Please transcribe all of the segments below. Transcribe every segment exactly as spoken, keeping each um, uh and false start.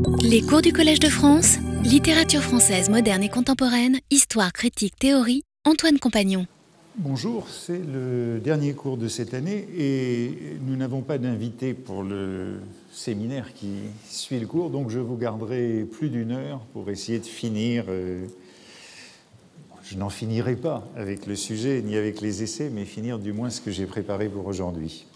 Les cours du Collège de France, littérature française moderne et contemporaine, histoire, critique, théorie, Antoine Compagnon. Bonjour, c'est le dernier cours de cette année et nous n'avons pas d'invité pour le séminaire qui suit le cours, donc je vous garderai plus d'une heure pour essayer de finir. Euh, je n'en finirai pas avec le sujet ni avec les essais, mais finir du moins ce que j'ai préparé pour aujourd'hui.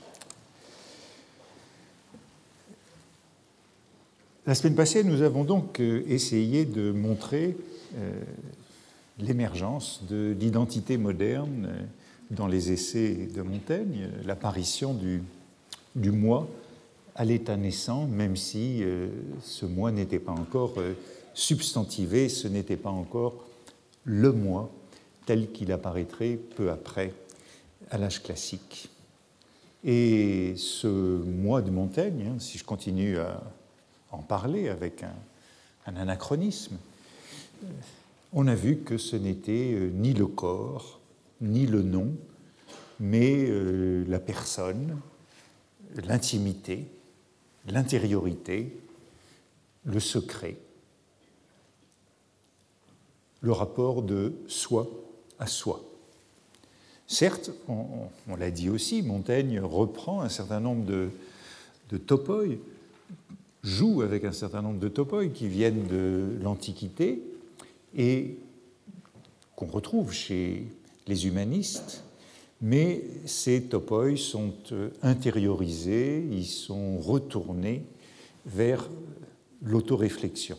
La semaine passée, nous avons donc essayé de montrer euh, l'émergence de l'identité moderne dans les essais de Montaigne, l'apparition du, du moi à l'état naissant, même si euh, ce moi n'était pas encore euh, substantivé, ce n'était pas encore le moi tel qu'il apparaîtrait peu après à l'âge classique. Et ce moi de Montaigne, hein, si je continue à en parler avec un, un anachronisme, on a vu que ce n'était euh, ni le corps, ni le nom, mais euh, la personne, l'intimité, l'intériorité, le secret, le rapport de soi à soi. Certes, on, on l'a dit aussi, Montaigne reprend un certain nombre de, de topoi, joue avec un certain nombre de topoi qui viennent de l'Antiquité et qu'on retrouve chez les humanistes, mais ces topoi sont intériorisés, ils sont retournés vers l'autoréflexion.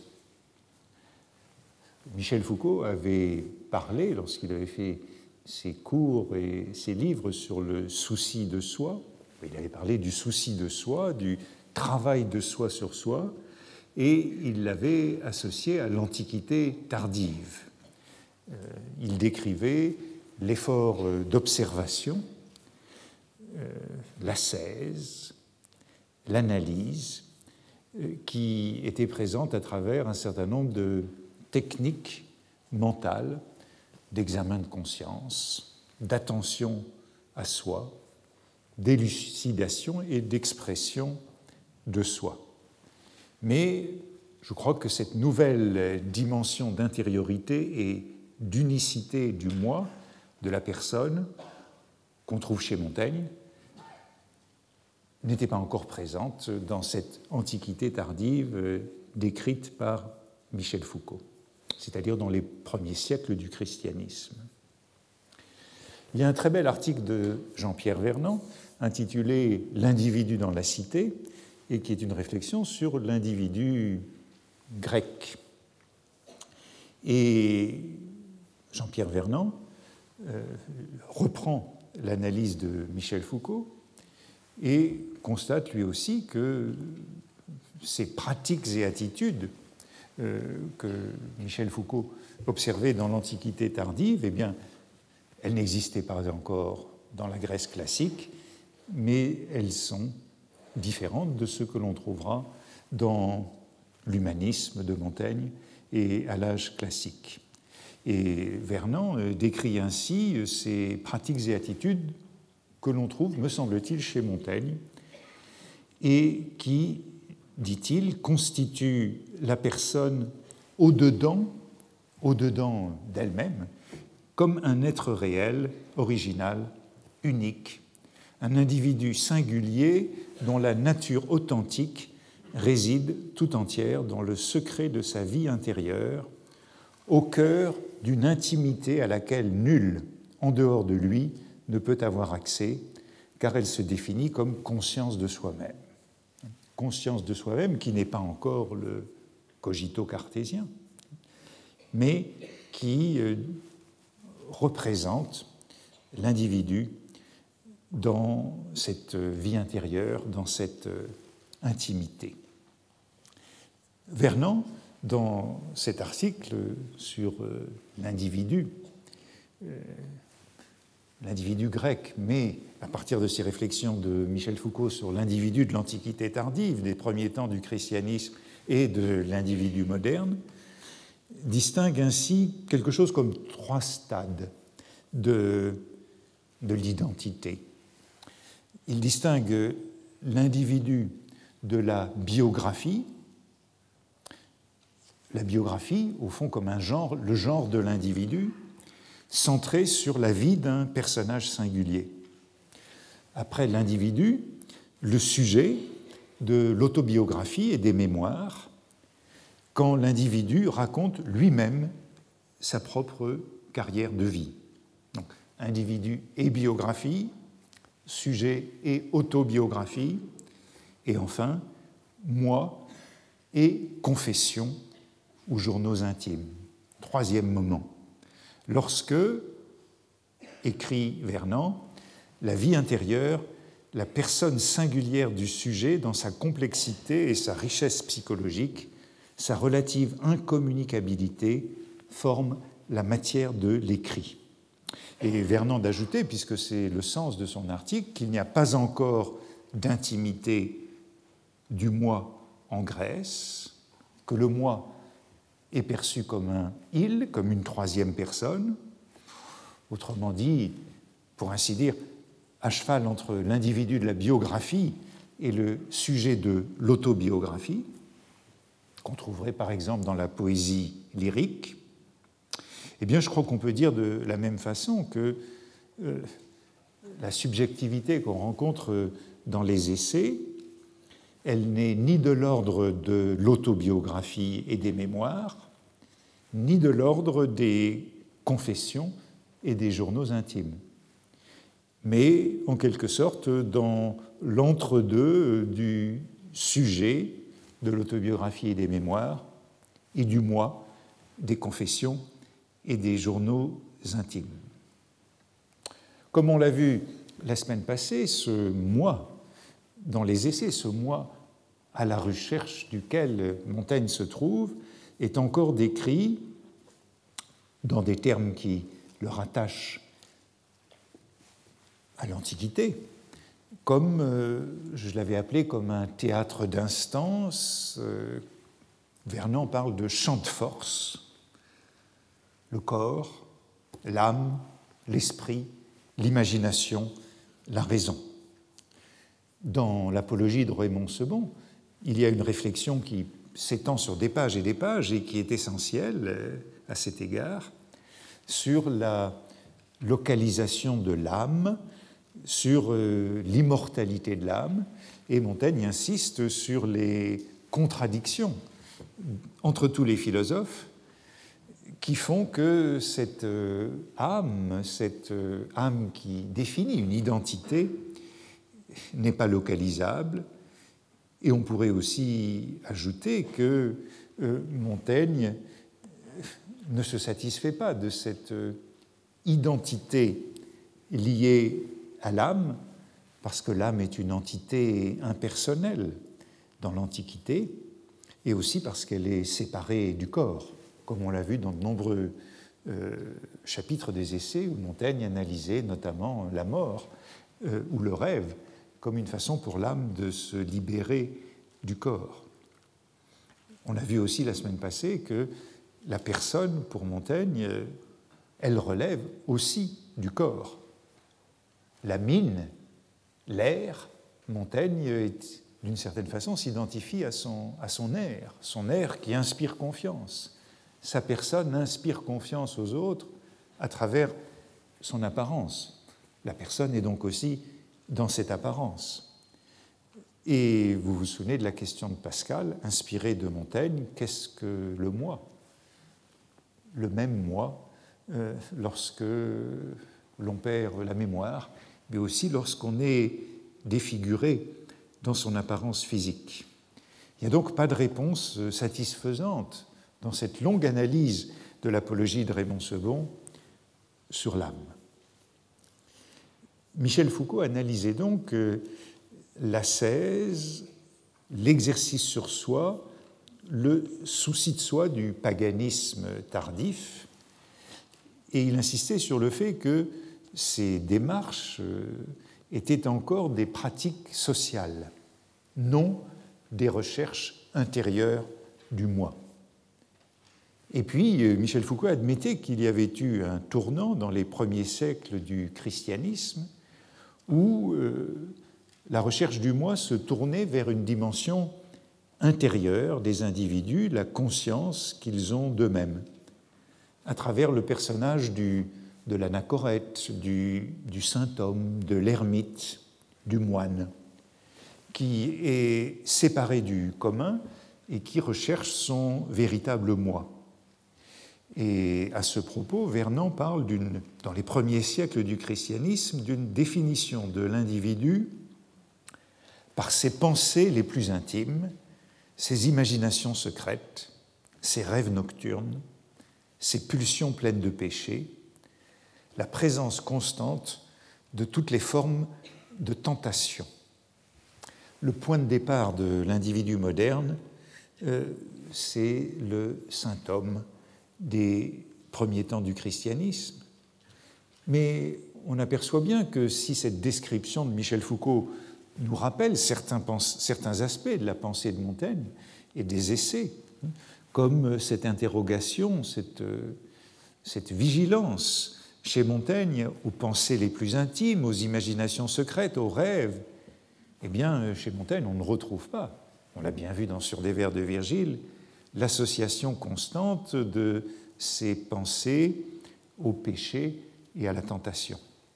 Michel Foucault avait parlé, lorsqu'il avait fait ses cours et ses livres sur le souci de soi, il avait parlé du souci de soi, du travail de soi sur soi, et il l'avait associé à l'Antiquité tardive. Euh, il décrivait l'effort d'observation, euh, l'ascèse, l'analyse, euh, qui était présente à travers un certain nombre de techniques mentales, d'examen de conscience, d'attention à soi, d'élucidation et d'expression de soi. Mais je crois que cette nouvelle dimension d'intériorité et d'unicité du moi, de la personne, qu'on trouve chez Montaigne, n'était pas encore présente dans cette antiquité tardive décrite par Michel Foucault, c'est-à-dire dans les premiers siècles du christianisme. Il y a un très bel article de Jean-Pierre Vernant intitulé « L'individu dans la cité », et qui est une réflexion sur l'individu grec. Et Jean-Pierre Vernant euh, reprend l'analyse de Michel Foucault et constate lui aussi que ces pratiques et attitudes euh, que Michel Foucault observait dans l'Antiquité tardive, eh bien, elles n'existaient pas encore dans la Grèce classique, mais elles sont différentes de ce que l'on trouvera dans l'humanisme de Montaigne et à l'âge classique. Et Vernant décrit ainsi ces pratiques et attitudes que l'on trouve, me semble-t-il, chez Montaigne et qui, dit-il, constituent la personne au-dedans, au-dedans d'elle-même, comme un être réel, original, unique, un individu singulier dont la nature authentique réside tout entière dans le secret de sa vie intérieure, au cœur d'une intimité à laquelle nul, en dehors de lui, ne peut avoir accès, car elle se définit comme conscience de soi-même. Conscience de soi-même qui n'est pas encore le cogito cartésien, mais qui euh, représente l'individu dans cette vie intérieure, dans cette intimité. Vernant, dans cet article sur l'individu, l'individu grec, mais à partir de ces réflexions de Michel Foucault sur l'individu de l'Antiquité tardive, des premiers temps du christianisme et de l'individu moderne, distingue ainsi quelque chose comme trois stades de, de l'identité. Il distingue l'individu de la biographie, la biographie, au fond, comme un genre, le genre de l'individu, centré sur la vie d'un personnage singulier. Après l'individu, le sujet de l'autobiographie et des mémoires, quand l'individu raconte lui-même sa propre carrière de vie. Donc, individu et biographie, sujet et autobiographie, et enfin, moi et confession ou journaux intimes. Troisième moment, lorsque, écrit Vernant, la vie intérieure, la personne singulière du sujet dans sa complexité et sa richesse psychologique, sa relative incommunicabilité, forme la matière de l'écrit. Et Vernant d'ajouter, puisque c'est le sens de son article, qu'il n'y a pas encore d'intimité du moi en Grèce, que le moi est perçu comme un « il », comme une troisième personne, autrement dit, pour ainsi dire, à cheval entre l'individu de la biographie et le sujet de l'autobiographie, qu'on trouverait par exemple dans la poésie lyrique. Eh bien, je crois qu'on peut dire de la même façon que euh, la subjectivité qu'on rencontre dans les essais, elle n'est ni de l'ordre de l'autobiographie et des mémoires, ni de l'ordre des confessions et des journaux intimes, mais en quelque sorte dans l'entre-deux du sujet de l'autobiographie et des mémoires et du moi des confessions et des journaux intimes. Comme on l'a vu la semaine passée, ce moi dans les essais, ce moi à la recherche duquel Montaigne se trouve, est encore décrit dans des termes qui le rattachent à l'Antiquité, comme, euh, je l'avais appelé comme un théâtre d'instance. Euh, Vernant parle de champ de force, le corps, l'âme, l'esprit, l'imagination, la raison. Dans l'apologie de Raymond Sebon, il y a une réflexion qui s'étend sur des pages et des pages et qui est essentielle à cet égard, sur la localisation de l'âme, sur l'immortalité de l'âme, et Montaigne insiste sur les contradictions entre tous les philosophes qui font que cette âme, cette âme qui définit une identité, n'est pas localisable. Et on pourrait aussi ajouter que euh, Montaigne ne se satisfait pas de cette euh, identité liée à l'âme, parce que l'âme est une entité impersonnelle dans l'Antiquité, et aussi parce qu'elle est séparée du corps, comme on l'a vu dans de nombreux euh, chapitres des essais où Montaigne analysait notamment la mort euh, ou le rêve, comme une façon pour l'âme de se libérer du corps. On a vu aussi la semaine passée que la personne, pour Montaigne, elle relève aussi du corps. La mine, l'air, Montaigne, d'une certaine façon, s'identifie à son, à son air, son air qui inspire confiance. Sa personne inspire confiance aux autres à travers son apparence. La personne est donc aussi dans cette apparence. Et vous vous souvenez de la question de Pascal, inspirée de Montaigne, qu'est-ce que le moi ? Le même moi, euh, lorsque l'on perd la mémoire, mais aussi lorsqu'on est défiguré dans son apparence physique. Il n'y a donc pas de réponse satisfaisante dans cette longue analyse de l'apologie de Raymond Sebon sur l'âme. Michel Foucault analysait donc l'ascèse, l'exercice sur soi, le souci de soi du paganisme tardif, et il insistait sur le fait que ces démarches étaient encore des pratiques sociales, non des recherches intérieures du moi. Et puis, Michel Foucault admettait qu'il y avait eu un tournant dans les premiers siècles du christianisme où euh, la recherche du moi se tournait vers une dimension intérieure des individus, la conscience qu'ils ont d'eux-mêmes, à travers le personnage du, de l'anachorète, du, du saint homme, de l'ermite, du moine, qui est séparé du commun et qui recherche son véritable moi. Et à ce propos, Vernon parle, d'une, dans les premiers siècles du christianisme, d'une définition de l'individu par ses pensées les plus intimes, ses imaginations secrètes, ses rêves nocturnes, ses pulsions pleines de péché, la présence constante de toutes les formes de tentation. Le point de départ de l'individu moderne, euh, c'est le saint homme des premiers temps du christianisme. Mais on aperçoit bien que si cette description de Michel Foucault nous rappelle certains, certains aspects de la pensée de Montaigne et des essais, comme cette interrogation, cette, cette vigilance chez Montaigne aux pensées les plus intimes, aux imaginations secrètes, aux rêves, eh bien, chez Montaigne, on ne retrouve pas, on l'a bien vu dans Sur des vers de Virgile, l'association constante de ces pensées au péché et à la tentation.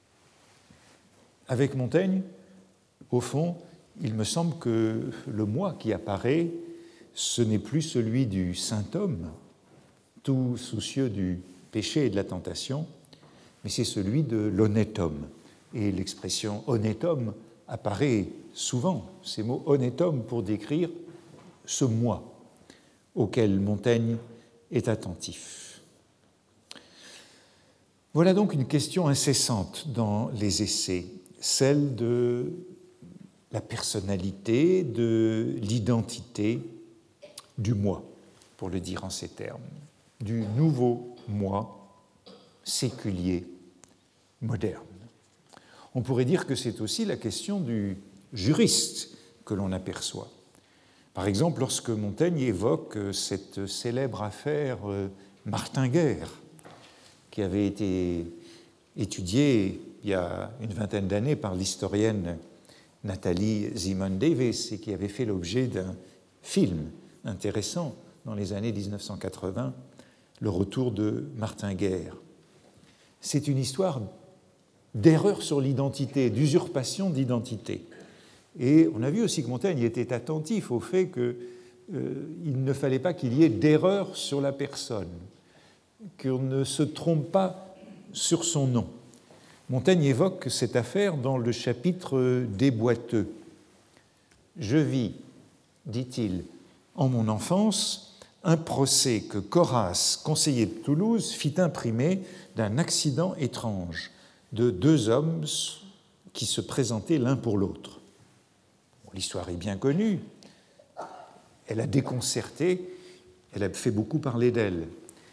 Avec Montaigne, au fond, il me semble que le moi qui apparaît, ce n'est plus celui du saint homme, tout soucieux du péché et de la tentation, mais c'est celui de l'honnête homme. Et l'expression honnête homme apparaît souvent, ces mots honnête homme pour décrire ce moi auquel Montaigne est attentif. Voilà donc une question incessante dans les essais, celle de la personnalité, de l'identité du moi, pour le dire en ces termes, du nouveau moi séculier, moderne. On pourrait dire que c'est aussi la question du juriste que l'on aperçoit. Par exemple, lorsque Montaigne évoque cette célèbre affaire Martinguer, qui avait été étudiée il y a une vingtaine d'années par l'historienne Nathalie Simon-Davis et qui avait fait l'objet d'un film intéressant dans les années dix-neuf cent quatre-vingts, Le retour de Martinguer. C'est une histoire d'erreur sur l'identité, d'usurpation d'identité. Et on a vu aussi que Montaigne était attentif au fait qu'il euh, ne fallait pas qu'il y ait d'erreur sur la personne, qu'on ne se trompe pas sur son nom. Montaigne évoque cette affaire dans le chapitre des Boiteux. « Je vis, dit-il, en mon enfance, un procès que Coras, conseiller de Toulouse, fit imprimer d'un accident étrange de deux hommes qui se présentaient l'un pour l'autre. L'histoire est bien connue, elle a déconcerté, elle a fait beaucoup parler d'elle.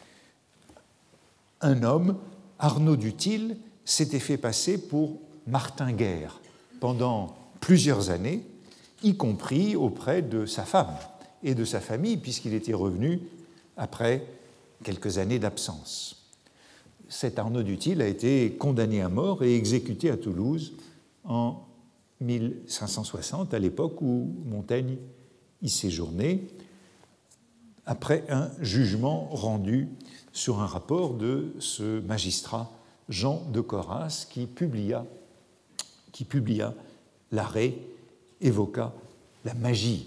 Un homme, Arnaud Dutil, s'était fait passer pour Martinguer pendant plusieurs années, y compris auprès de sa femme et de sa famille, puisqu'il était revenu après quelques années d'absence. Cet Arnaud Dutil a été condamné à mort et exécuté à Toulouse en mille cinq cent soixante, à l'époque où Montaigne y séjournait, après un jugement rendu sur un rapport de ce magistrat Jean de Coras qui publia, qui publia l'arrêt, évoqua la magie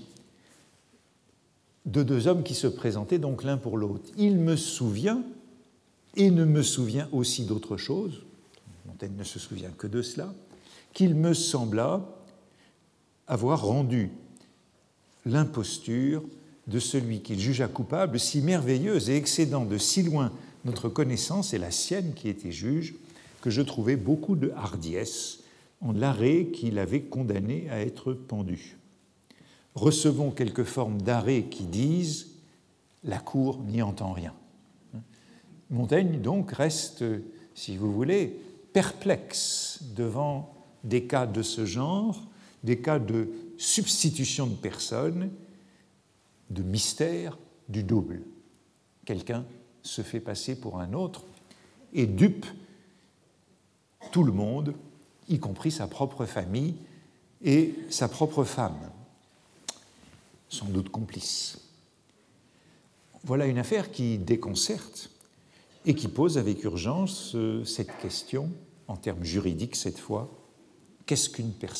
de deux hommes qui se présentaient donc l'un pour l'autre. Il me souvient, et ne me souvient aussi d'autre chose, Montaigne ne se souvient que de cela, qu'il me sembla avoir rendu l'imposture de celui qu'il jugea coupable si merveilleuse et excédant de si loin notre connaissance et la sienne qui était juge, que je trouvais beaucoup de hardiesse en l'arrêt qu'il avait condamné à être pendu. Recevons quelques formes d'arrêt qui disent « la cour n'y entend rien ». Montaigne donc reste, si vous voulez, perplexe devant des cas de ce genre, des cas de substitution de personnes, de mystère du double. Quelqu'un se fait passer pour un autre et dupe tout le monde, y compris sa propre famille et sa propre femme. sans doute complice. Voilà une affaire qui déconcerte et qui pose avec urgence cette question, en termes juridiques cette fois, qu'est-ce qu'une personne ?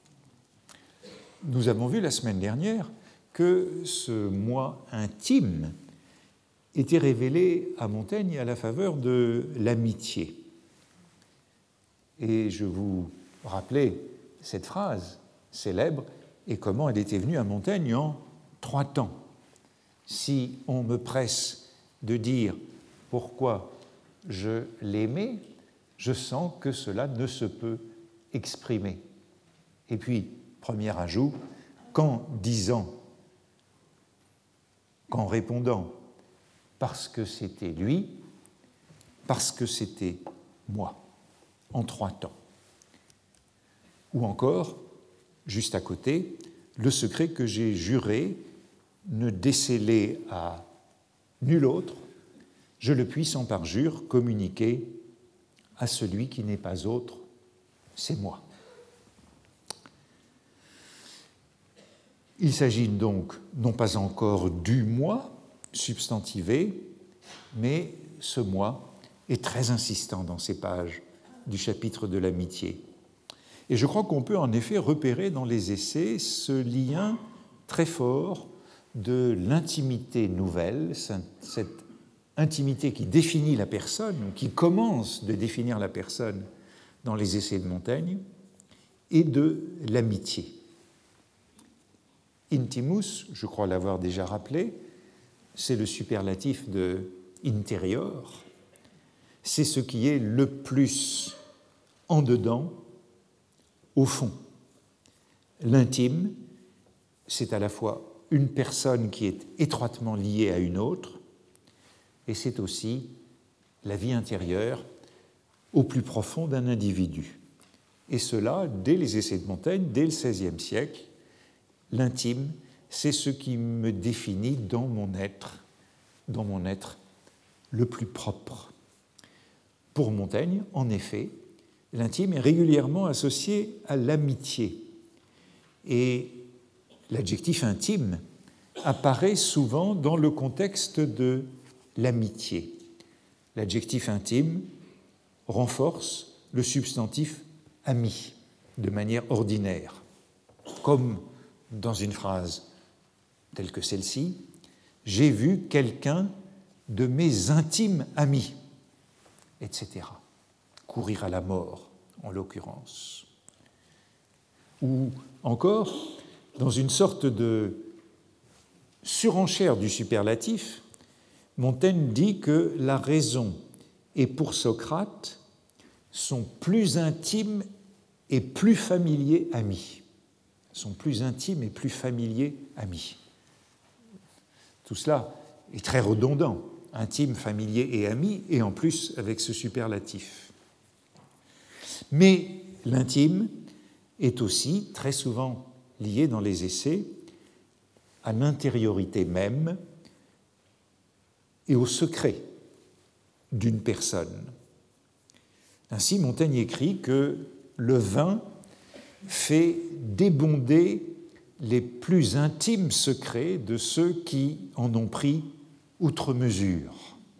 Nous avons vu la semaine dernière que ce moi intime était révélé à Montaigne à la faveur de l'amitié. Et je vous rappelais cette phrase célèbre et comment elle était venue à Montaigne en trois temps. Si on me presse de dire pourquoi je l'aimais, je sens que cela ne se peut exprimer. Et puis, premier ajout, qu'en disant, qu'en répondant, parce que c'était lui, parce que c'était moi, en trois temps. Ou encore, juste à côté, le secret que j'ai juré ne déceler à nul autre, je le puis sans parjure communiquer à celui qui n'est pas autre, c'est moi. Il s'agit donc non pas encore du moi substantivé, mais ce moi est très insistant dans ces pages du chapitre de l'amitié. Et je crois qu'on peut en effet repérer dans les essais ce lien très fort de l'intimité nouvelle, cette intimité qui définit la personne, qui commence de définir la personne dans les essais de Montaigne, et de l'amitié. Intimus, je crois l'avoir déjà rappelé, c'est le superlatif de intérieur, c'est ce qui est le plus en dedans, au fond. L'intime, c'est à la fois une personne qui est étroitement liée à une autre, et c'est aussi la vie intérieure au plus profond d'un individu. Et cela, dès les essais de Montaigne, dès le seizième siècle, l'intime, c'est ce qui me définit dans mon être, dans mon être le plus propre. Pour Montaigne, en effet, l'intime est régulièrement associé à l'amitié. Et l'adjectif intime apparaît souvent dans le contexte de l'amitié. L'adjectif intime renforce le substantif ami de manière ordinaire, comme dans une phrase telle que celle-ci, « J'ai vu quelqu'un de mes intimes amis », et cetera. Courir à la mort, en l'occurrence. Ou encore, dans une sorte de surenchère du superlatif, Montaigne dit que la raison et pour Socrate sont plus intimes et plus familiers amis. Sont plus intimes et plus familiers amis. Tout cela est très redondant, intime, familier et ami, et en plus avec ce superlatif. Mais l'intime est aussi très souvent lié dans les essais à l'intériorité même et au secret d'une personne. Ainsi, Montaigne écrit que le vin fait débonder les plus intimes secrets de ceux qui en ont pris outre mesure.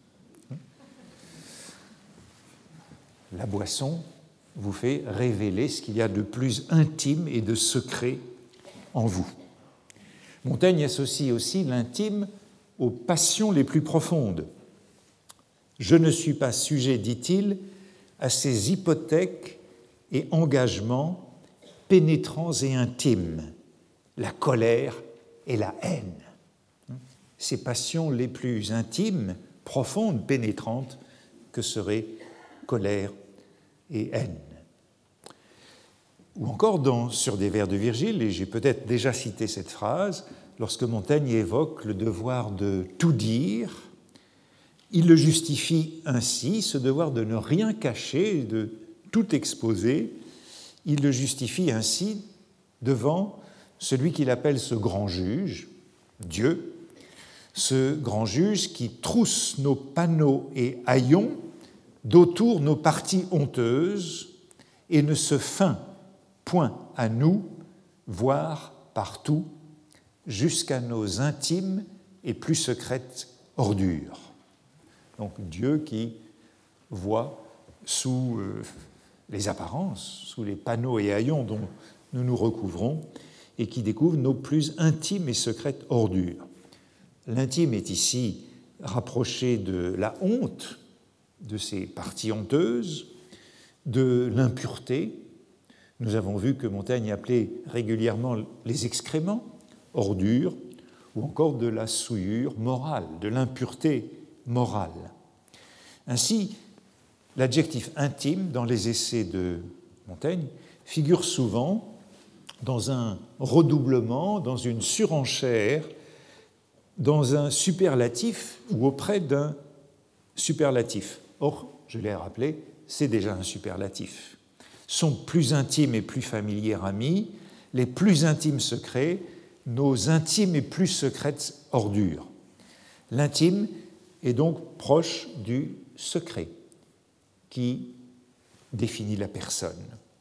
La boisson vous fait révéler ce qu'il y a de plus intime et de secret en vous. Montaigne associe aussi l'intime aux passions les plus profondes. « Je ne suis pas sujet, dit-il, à ces hypothèques et engagements pénétrants et intimes, la colère et la haine. » Ces passions les plus intimes, profondes, pénétrantes, que seraient colère et haine. Ou encore dans, sur des vers de Virgile, et j'ai peut-être déjà cité cette phrase, lorsque Montaigne évoque le devoir de tout dire, il le justifie ainsi, ce devoir de ne rien cacher, de tout exposer, il le justifie ainsi devant celui qu'il appelle ce grand juge, Dieu, ce grand juge qui trousse nos panneaux et haillons d'autour nos parties honteuses et ne se feint point à nous, voir partout, jusqu'à nos intimes et plus secrètes ordures. Donc Dieu qui voit sous euh, les apparences, sous les panneaux et haillons dont nous nous recouvrons, et qui découvre nos plus intimes et secrètes ordures. L'intime est ici rapproché de la honte, de ses parties honteuses, de l'impureté. Nous avons vu que Montaigne appelait régulièrement les excréments, ordures, ou encore de la souillure morale, de l'impureté morale. Ainsi, l'adjectif intime dans les essais de Montaigne figure souvent dans un redoublement, dans une surenchère, dans un superlatif ou auprès d'un superlatif. Or, je l'ai rappelé, c'est déjà un superlatif. Son plus intime et plus familier ami, les plus intimes secrets, nos intimes et plus secrètes ordures. L'intime est donc proche du secret qui définit la personne.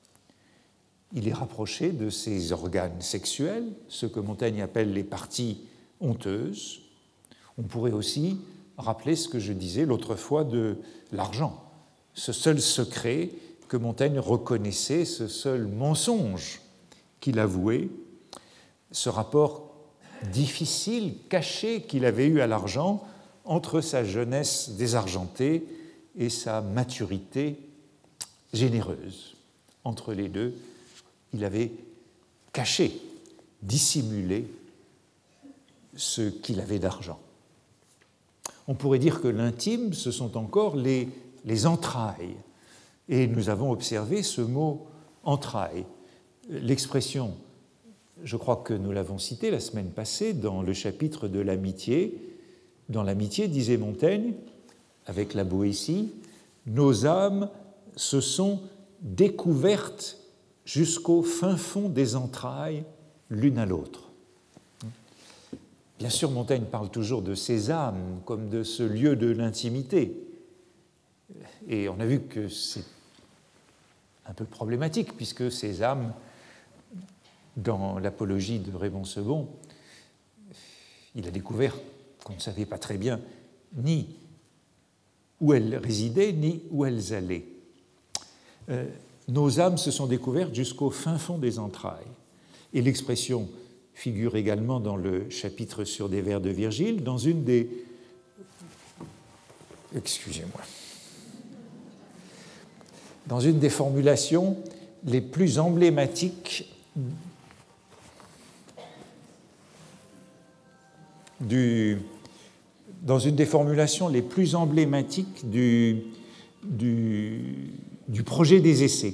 Il est rapproché de ses organes sexuels, ce que Montaigne appelle les parties honteuses. On pourrait aussi rappeler ce que je disais l'autre fois de l'argent, ce seul secret que Montaigne reconnaissait, ce seul mensonge qu'il avouait, ce rapport difficile, caché qu'il avait eu à l'argent entre sa jeunesse désargentée et sa maturité généreuse. Entre les deux, il avait caché, dissimulé ce qu'il avait d'argent. On pourrait dire que l'intime, ce sont encore les, les entrailles. Et nous avons observé ce mot « entrailles ». L'expression, je crois que nous l'avons citée la semaine passée dans le chapitre de l'amitié. Dans l'amitié, disait Montaigne, avec la Boétie, « Nos âmes se sont découvertes jusqu'au fin fond des entrailles l'une à l'autre. » Bien sûr, Montaigne parle toujours de ces âmes comme de ce lieu de l'intimité. Et on a vu que c'est un peu problématique, puisque ces âmes, dans l'apologie de Raymond Sebon, il a découvert qu'on ne savait pas très bien ni où elles résidaient, ni où elles allaient. Euh, nos âmes se sont découvertes jusqu'au fin fond des entrailles. Et l'expression figure également dans le chapitre sur des vers de Virgile, dans une des... Excusez-moi. Dans une des formulations les plus emblématiques du... dans une des formulations les plus emblématiques du, du, du projet des essais.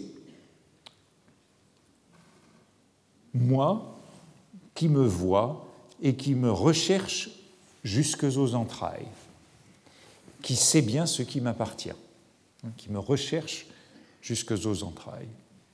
Moi, qui me vois et qui me recherche jusques aux entrailles, qui sait bien ce qui m'appartient, qui me recherche jusques aux entrailles.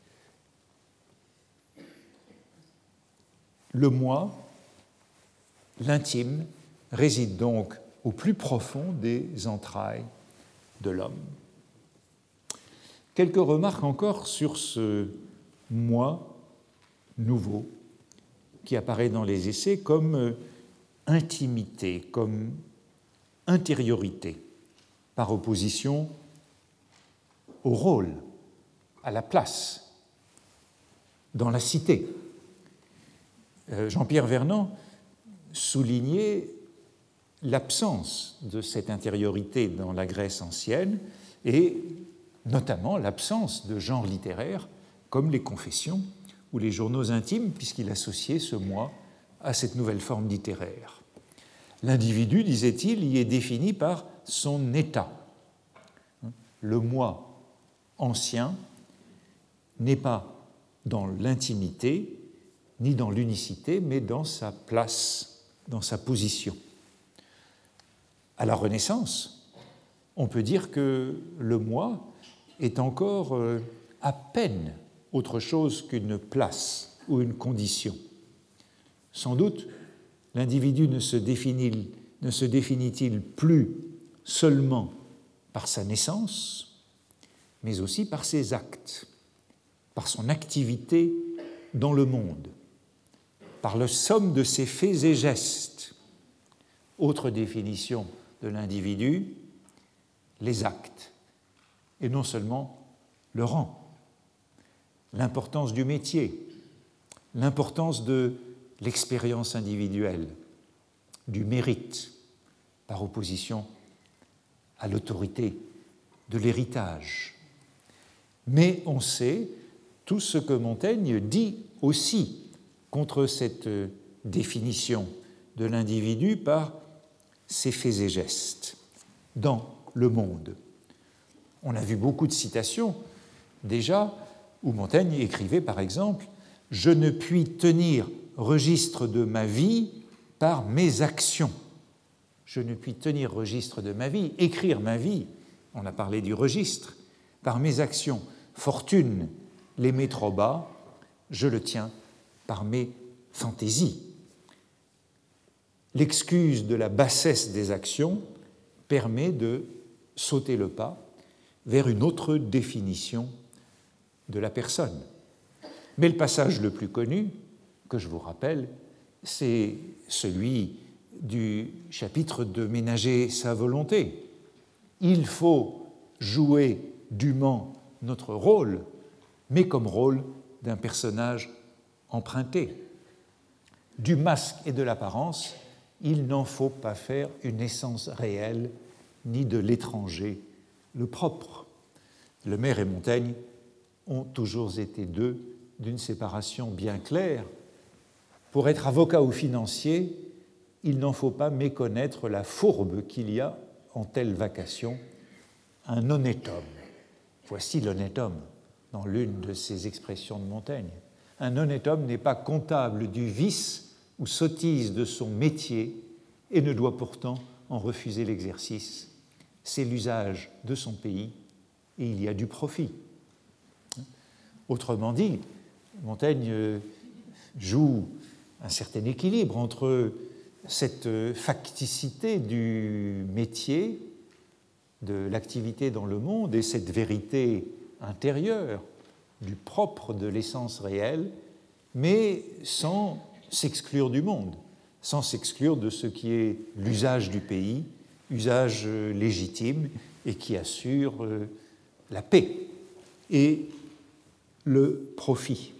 Le moi, l'intime, réside donc au plus profond des entrailles de l'homme. Quelques remarques encore sur ce moi nouveau qui apparaît dans les essais comme intimité, comme intériorité, par opposition au rôle, à la place, dans la cité. Jean-Pierre Vernant soulignait l'absence de cette intériorité dans la Grèce ancienne et notamment l'absence de genre littéraire comme les confessions ou les journaux intimes, puisqu'il associait ce moi à cette nouvelle forme littéraire. L'individu, disait-il, y est défini par son état. Le moi ancien n'est pas dans l'intimité, ni dans l'unicité, mais dans sa place, dans sa position. À la Renaissance, on peut dire que le moi est encore à peine autre chose qu'une place ou une condition. Sans doute, l'individu ne se définit, ne se définit-il plus seulement par sa naissance, mais aussi par ses actes, par son activité dans le monde. par la somme de ses faits et gestes. Autre définition de l'individu, les actes, et non seulement le rang, l'importance du métier, l'importance de l'expérience individuelle, du mérite, par opposition à l'autorité de l'héritage. Mais on sait tout ce que Montaigne dit aussi contre cette définition de l'individu par ses faits et gestes dans le monde. On a vu beaucoup de citations déjà où Montaigne écrivait par exemple « Je ne puis tenir registre de ma vie par mes actions. Je ne puis tenir registre de ma vie, écrire ma vie, on a parlé du registre, par mes actions. Fortune les met trop bas, je le tiens par mes fantaisies. » L'excuse de la bassesse des actions permet de sauter le pas vers une autre définition de la personne. Mais le passage le plus connu, que je vous rappelle, c'est celui du chapitre de Ménager sa volonté. Il faut jouer dûment notre rôle, mais comme rôle d'un personnage emprunté. Du masque et de l'apparence, il n'en faut pas faire une essence réelle, ni de l'étranger le propre. Le maire et Montaigne ont toujours été deux d'une séparation bien claire. Pour être avocat ou financier, il n'en faut pas méconnaître la fourbe qu'il y a en telle vacation, un honnête homme. Voici l'honnête homme dans l'une de ces expressions de Montaigne. Un honnête homme n'est pas comptable du vice ou sottise de son métier et ne doit pourtant en refuser l'exercice. C'est l'usage de son pays et il y a du profit. Autrement dit, Montaigne joue un certain équilibre entre cette facticité du métier, de l'activité dans le monde et cette vérité intérieure du propre de l'essence réelle, mais sans s'exclure du monde, sans s'exclure de ce qui est l'usage du pays, usage légitime et qui assure la paix et le profit.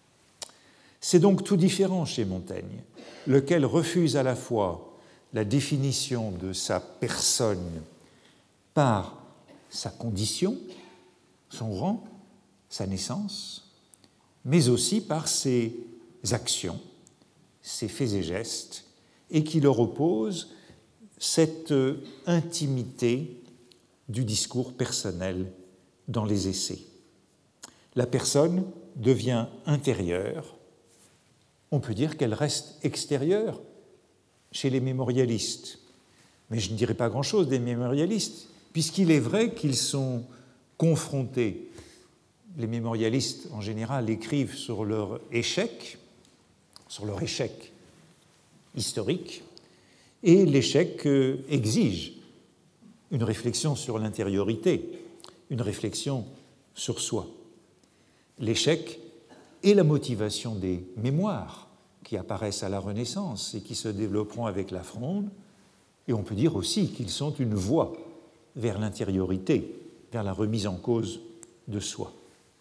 C'est donc tout différent chez Montaigne, lequel refuse à la fois la définition de sa personne par sa condition, son rang, sa naissance, mais aussi par ses actions, ses faits et gestes, et qui leur oppose cette intimité du discours personnel dans les essais. La personne devient intérieure, on peut dire qu'elle reste extérieure chez les mémorialistes. Mais je ne dirais pas grand-chose des mémorialistes, puisqu'il est vrai qu'ils sont confrontés. Les mémorialistes, en général, écrivent sur leur échec, sur leur échec historique, et l'échec exige une réflexion sur l'intériorité, une réflexion sur soi. L'échec et la motivation des mémoires qui apparaissent à la Renaissance et qui se développeront avec la Fronde, et on peut dire aussi qu'ils sont une voie vers l'intériorité, vers la remise en cause de soi.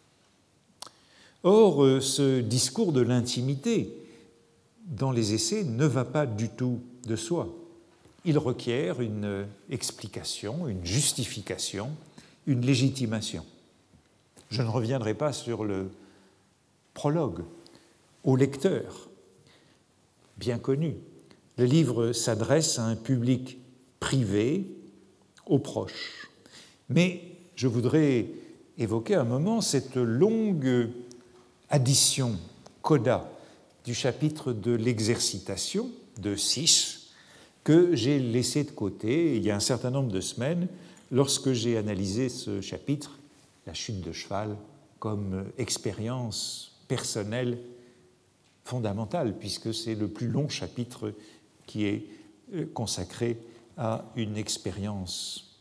Or, ce discours de l'intimité dans les essais ne va pas du tout de soi. Il requiert une explication, une justification, une légitimation. Je ne reviendrai pas sur le prologue au lecteur, bien connu. Le livre s'adresse à un public privé, aux proches. Mais je voudrais évoquer un moment cette longue addition, coda, du chapitre de l'exercitation, de six, que j'ai laissé de côté il y a un certain nombre de semaines lorsque j'ai analysé ce chapitre, la chute de cheval, comme expérience personnelle fondamentale, puisque c'est le plus long chapitre qui est consacré à une expérience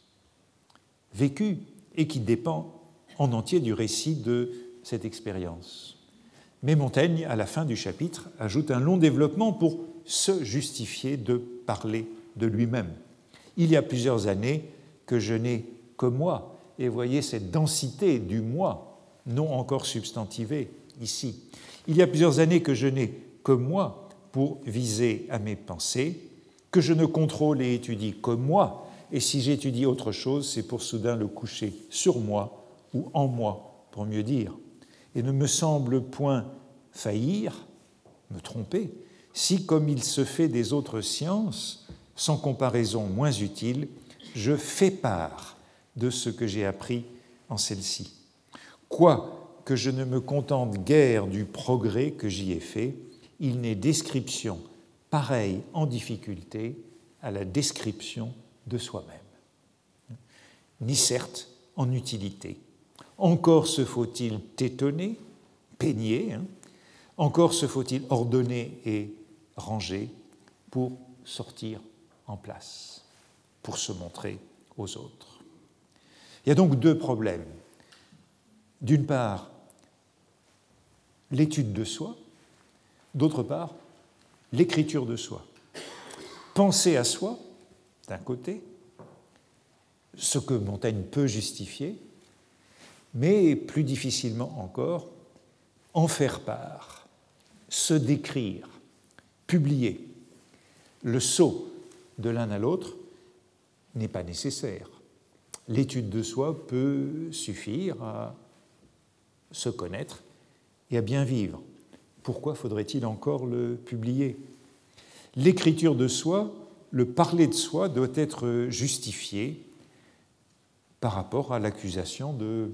vécue et qui dépend en entier du récit de cette expérience. Mais Montaigne, à la fin du chapitre, ajoute un long développement pour se justifier de parler de lui-même. Il y a plusieurs années que je n'ai que moi, et voyez cette densité du moi, non encore substantivé ici. Il y a plusieurs années que je n'ai que moi pour viser à mes pensées, que je ne contrôle et étudie que moi, et si j'étudie autre chose, c'est pour soudain le coucher sur moi ou en moi, pour mieux dire, et ne me semble point faillir, me tromper, si, comme il se fait des autres sciences, sans comparaison moins utile, je fais part de ce que j'ai appris en celle-ci. Quoi que je ne me contente guère du progrès que j'y ai fait, il n'est description pareille en difficulté à la description de soi-même, ni certes en utilité. Encore se faut-il tâtonner, peigner, hein, encore se faut-il ordonner et ranger pour sortir en place, pour se montrer aux autres. Il y a donc deux problèmes. D'une part, l'étude de soi, d'autre part, l'écriture de soi. Penser à soi, d'un côté, ce que Montaigne peut justifier, mais plus difficilement encore, en faire part, se décrire, publier. Le saut de l'un à l'autre n'est pas nécessaire. L'étude de soi peut suffire à se connaître et à bien vivre. Pourquoi faudrait-il encore le publier ? L'écriture de soi, le parler de soi doit être justifié par rapport à l'accusation de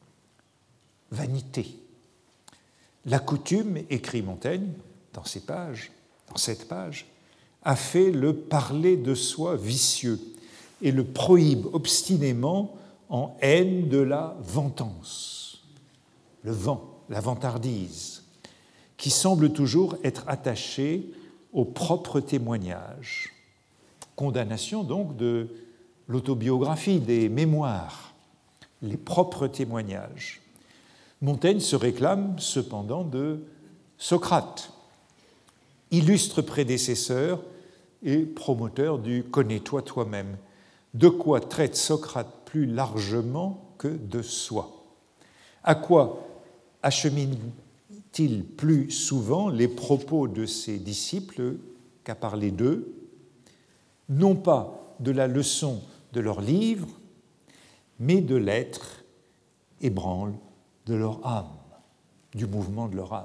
vanité. La coutume, écrit Montaigne dans ces pages, dans cette page, a fait le parler de soi vicieux et le prohibe obstinément en haine de la vantance, le vent, la vantardise, qui semble toujours être attachée au propre témoignage. Condamnation donc de l'autobiographie, des mémoires, les propres témoignages. Montaigne se réclame cependant de Socrate, illustre prédécesseur et promoteur du « connais-toi toi-même ». De quoi traite Socrate plus largement que de soi? À quoi achemine-t-il plus souvent les propos de ses disciples qu'à parler d'eux, non pas de la leçon de leurs livres, mais de l'être ébranle de leur âme, du mouvement de leur âme.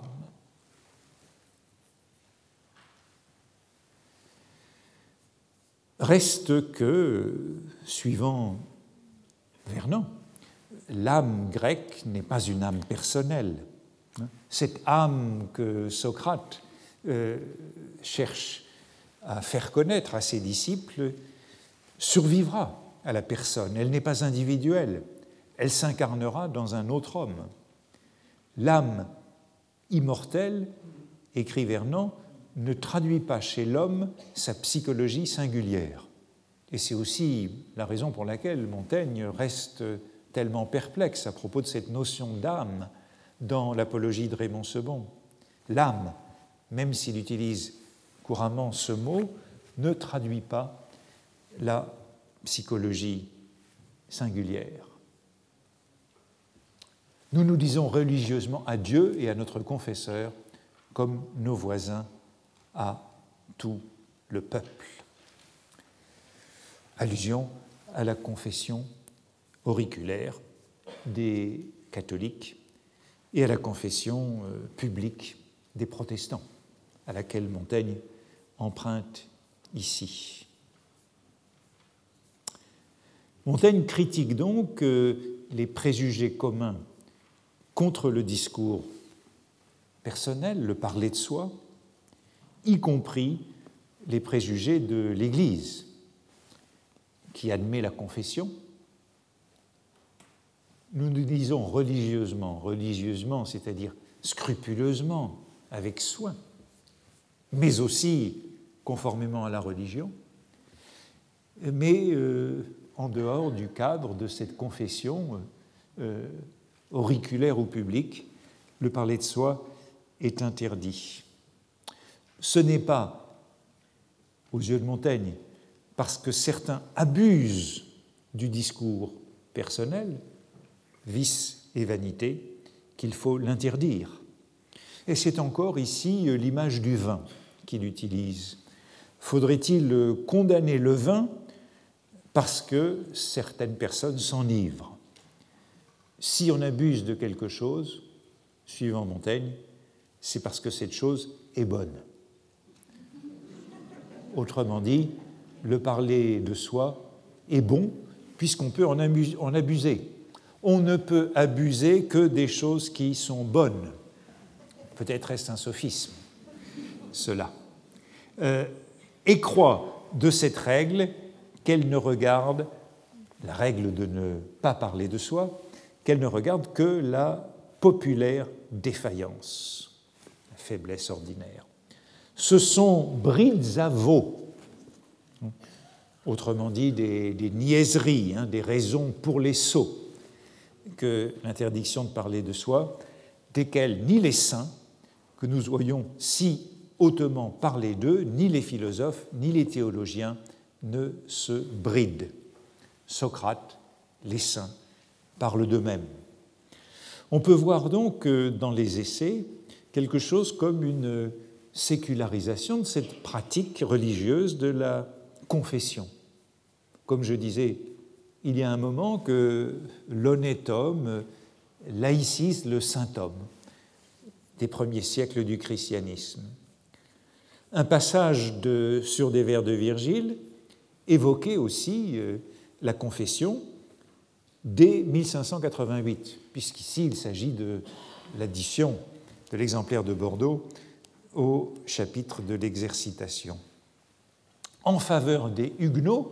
Reste que, suivant Vernon, l'âme grecque n'est pas une âme personnelle. Cette âme que Socrate euh, cherche à faire connaître à ses disciples survivra à la personne. Elle n'est pas individuelle. Elle s'incarnera dans un autre homme. L'âme immortelle, écrit Vernon, ne traduit pas chez l'homme sa psychologie singulière. Et c'est aussi la raison pour laquelle Montaigne reste tellement perplexe à propos de cette notion d'âme dans l'Apologie de Raymond Sebond. L'âme, même s'il utilise couramment ce mot, ne traduit pas la psychologie singulière. Nous nous disons religieusement adieu et à notre confesseur comme nos voisins à tout le peuple. Allusion à la confession auriculaire des catholiques et à la confession publique des protestants, à laquelle Montaigne emprunte ici. Montaigne critique donc les préjugés communs contre le discours personnel, le parler de soi, y compris les préjugés de l'Église, qui admet la confession. Nous nous disons religieusement, religieusement, c'est-à-dire scrupuleusement, avec soin, mais aussi conformément à la religion, mais euh, en dehors du cadre de cette confession euh, auriculaire ou publique, le parler de soi est interdit. Ce n'est pas, aux yeux de Montaigne, parce que certains abusent du discours personnel, vice et vanité, qu'il faut l'interdire. Et c'est encore ici l'image du vin qu'il utilise. Faudrait-il condamner le vin parce que certaines personnes s'enivrent? Si on abuse de quelque chose, suivant Montaigne, c'est parce que cette chose est bonne. Autrement dit, le parler de soi est bon puisqu'on peut en abuser. On ne peut abuser que des choses qui sont bonnes. Peut-être est-ce un sophisme, cela. Euh, et croit de cette règle qu'elle ne regarde, la règle de ne pas parler de soi, qu'elle ne regarde que la populaire défaillance, la faiblesse ordinaire. Ce sont brides à veau, autrement dit des, des niaiseries, hein, des raisons pour les sots, que l'interdiction de parler de soi, desquelles ni les saints, que nous voyons si hautement parler d'eux, ni les philosophes, ni les théologiens ne se brident. Socrate, les saints, parlent d'eux-mêmes. On peut voir donc dans les essais quelque chose comme une sécularisation de cette pratique religieuse de la confession. Comme je disais, il y a un moment que l'honnête homme laïcise le saint homme des premiers siècles du christianisme. Un passage de, sur des vers de Virgile évoquait aussi euh, la confession dès mille cinq cent quatre-vingt-huit, puisqu'ici il s'agit de l'addition de l'exemplaire de Bordeaux au chapitre de l'exercitation. En faveur des Huguenots,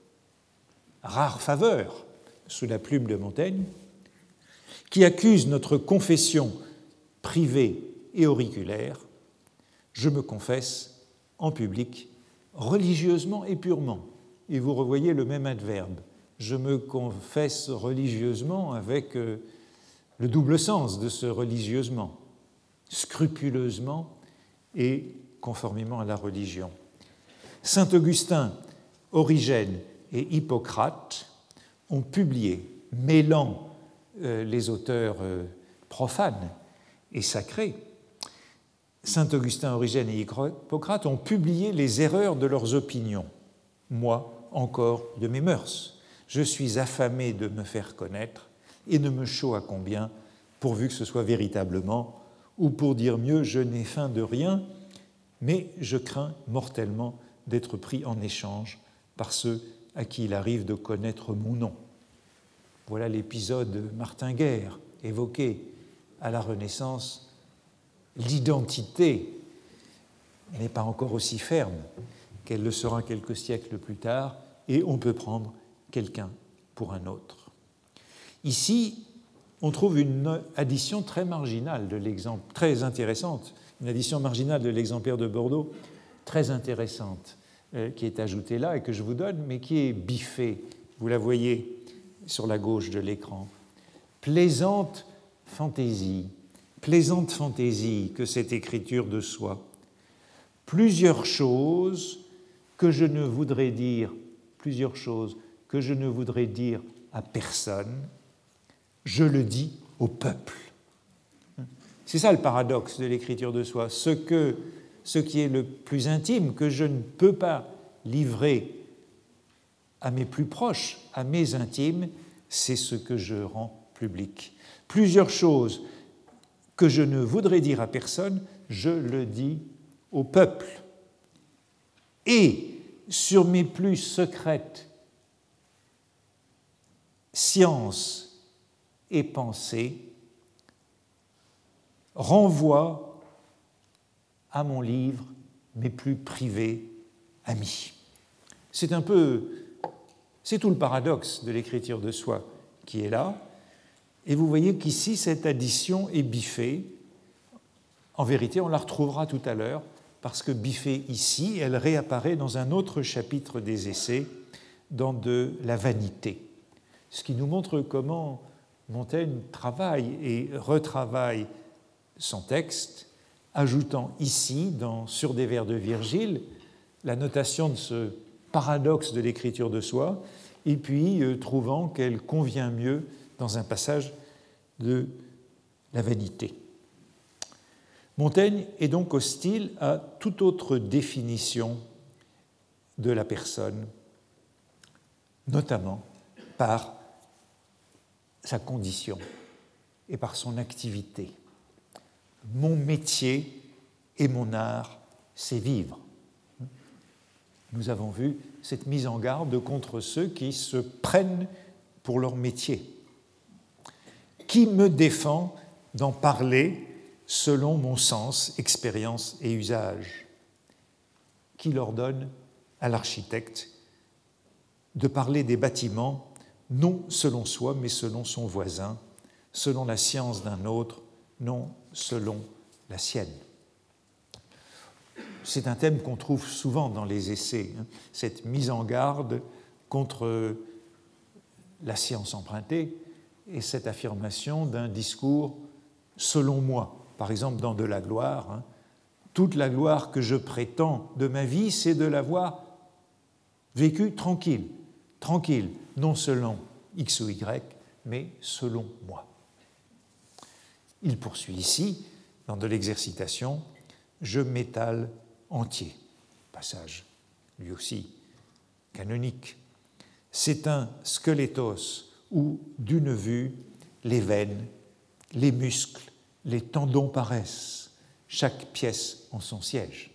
rare faveur sous la plume de Montaigne, qui accuse notre confession privée et auriculaire, je me confesse en public, religieusement et purement. Et vous revoyez le même adverbe. Je me confesse religieusement avec euh, le double sens de ce religieusement, scrupuleusement et conformément à la religion. Saint Augustin, Origène et Hippocrate ont publié, mêlant euh, les auteurs euh, profanes et sacrés, Saint Augustin, Origène et Hippocrate ont publié les erreurs de leurs opinions. Moi, encore, de mes mœurs. Je suis affamé de me faire connaître et ne me chaux à combien, pourvu que ce soit véritablement, ou pour dire mieux, je n'ai faim de rien, mais je crains mortellement d'être pris en échange par ceux à qui il arrive de connaître mon nom. Voilà l'épisode martinguaire évoqué à la Renaissance. L'identité n'est pas encore aussi ferme qu'elle le sera quelques siècles plus tard, et on peut prendre quelqu'un pour un autre. Ici, on trouve une addition très marginale de l'exemple, très intéressante, une addition marginale de l'exemplaire de Bordeaux, très intéressante, euh, qui est ajoutée là et que je vous donne, mais qui est biffée. Vous la voyez sur la gauche de l'écran. Plaisante fantaisie, plaisante fantaisie que cette écriture de soi. Plusieurs choses que je ne voudrais dire, plusieurs choses que je ne voudrais dire à personne, je le dis au peuple. C'est ça le paradoxe de l'écriture de soi. Ce, que, ce qui est le plus intime, que je ne peux pas livrer à mes plus proches, à mes intimes, c'est ce que je rends public. Plusieurs choses que je ne voudrais dire à personne, je le dis au peuple. Et sur mes plus secrètes sciences et pensées, renvoie à mon livre mes plus privés amis. C'est un peu, c'est tout le paradoxe de l'écriture de soi qui est là. Et vous voyez qu'ici, cette addition est biffée. En vérité, on la retrouvera tout à l'heure, parce que biffée ici, elle réapparaît dans un autre chapitre des Essais, dans de la vanité. Ce qui nous montre comment Montaigne travaille et retravaille son texte ajoutant ici, dans Sur des vers de Virgile, la notation de ce paradoxe de l'écriture de soi, et puis euh, trouvant qu'elle convient mieux dans un passage de la vanité. Montaigne est donc hostile à toute autre définition de la personne, notamment par sa condition et par son activité. Mon métier et mon art, c'est vivre. Nous avons vu cette mise en garde contre ceux qui se prennent pour leur métier. Qui me défend d'en parler selon mon sens, expérience et usage? Qui leur donne à l'architecte de parler des bâtiments non selon soi, mais selon son voisin, selon la science d'un autre, non selon la sienne? C'est un thème qu'on trouve souvent dans les essais, hein, cette mise en garde contre la science empruntée et cette affirmation d'un discours selon moi. Par exemple, dans De la gloire, hein, toute la gloire que je prétends de ma vie, c'est de l'avoir vécue tranquille, tranquille, non selon X ou Y, mais selon moi. Il poursuit ici, dans de l'exercitation, je m'étale entier, passage lui aussi canonique. C'est un squelettos où, d'une vue, les veines, les muscles, les tendons paraissent, chaque pièce en son siège.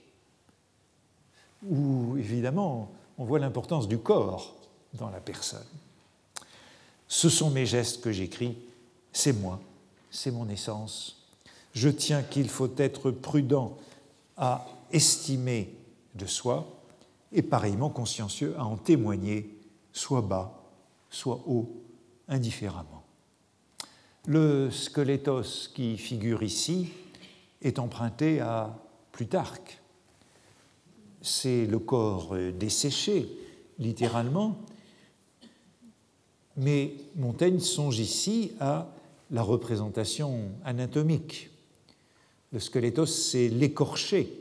Où, évidemment, on voit l'importance du corps dans la personne. Ce sont mes gestes que j'écris, c'est moi, c'est mon essence. Je tiens qu'il faut être prudent à estimer de soi et pareillement consciencieux à en témoigner, soit bas, soit haut, indifféremment. Le squelettos qui figure ici est emprunté à Plutarque. C'est le corps desséché, littéralement, mais Montaigne songe ici à la représentation anatomique. Le squelettos, c'est l'écorché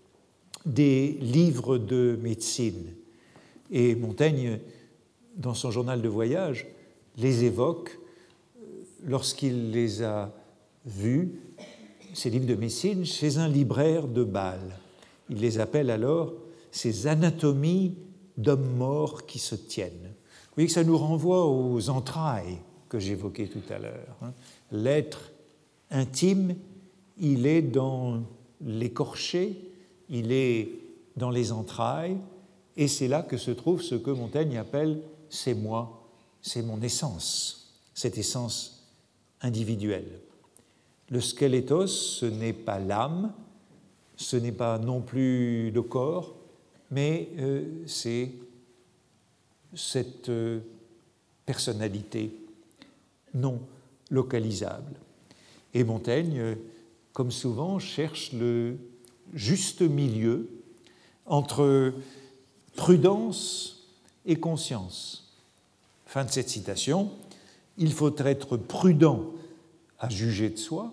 des livres de médecine. Et Montaigne, dans son journal de voyage, les évoque lorsqu'il les a vus, ces livres de médecine, chez un libraire de Bâle. Il les appelle alors ces anatomies d'hommes morts qui se tiennent. Vous voyez que ça nous renvoie aux entrailles que j'évoquais tout à l'heure. L'être intime, il est dans l'écorché, il est dans les entrailles, et c'est là que se trouve ce que Montaigne appelle « c'est moi, c'est mon essence », cette essence individuelle. Le squelettos, ce n'est pas l'âme, ce n'est pas non plus le corps, mais euh, c'est cette euh, personnalité non localisable. Et Montaigne, euh, comme souvent, cherche le juste milieu entre prudence et conscience. Fin de cette citation. Il faut être prudent à juger de soi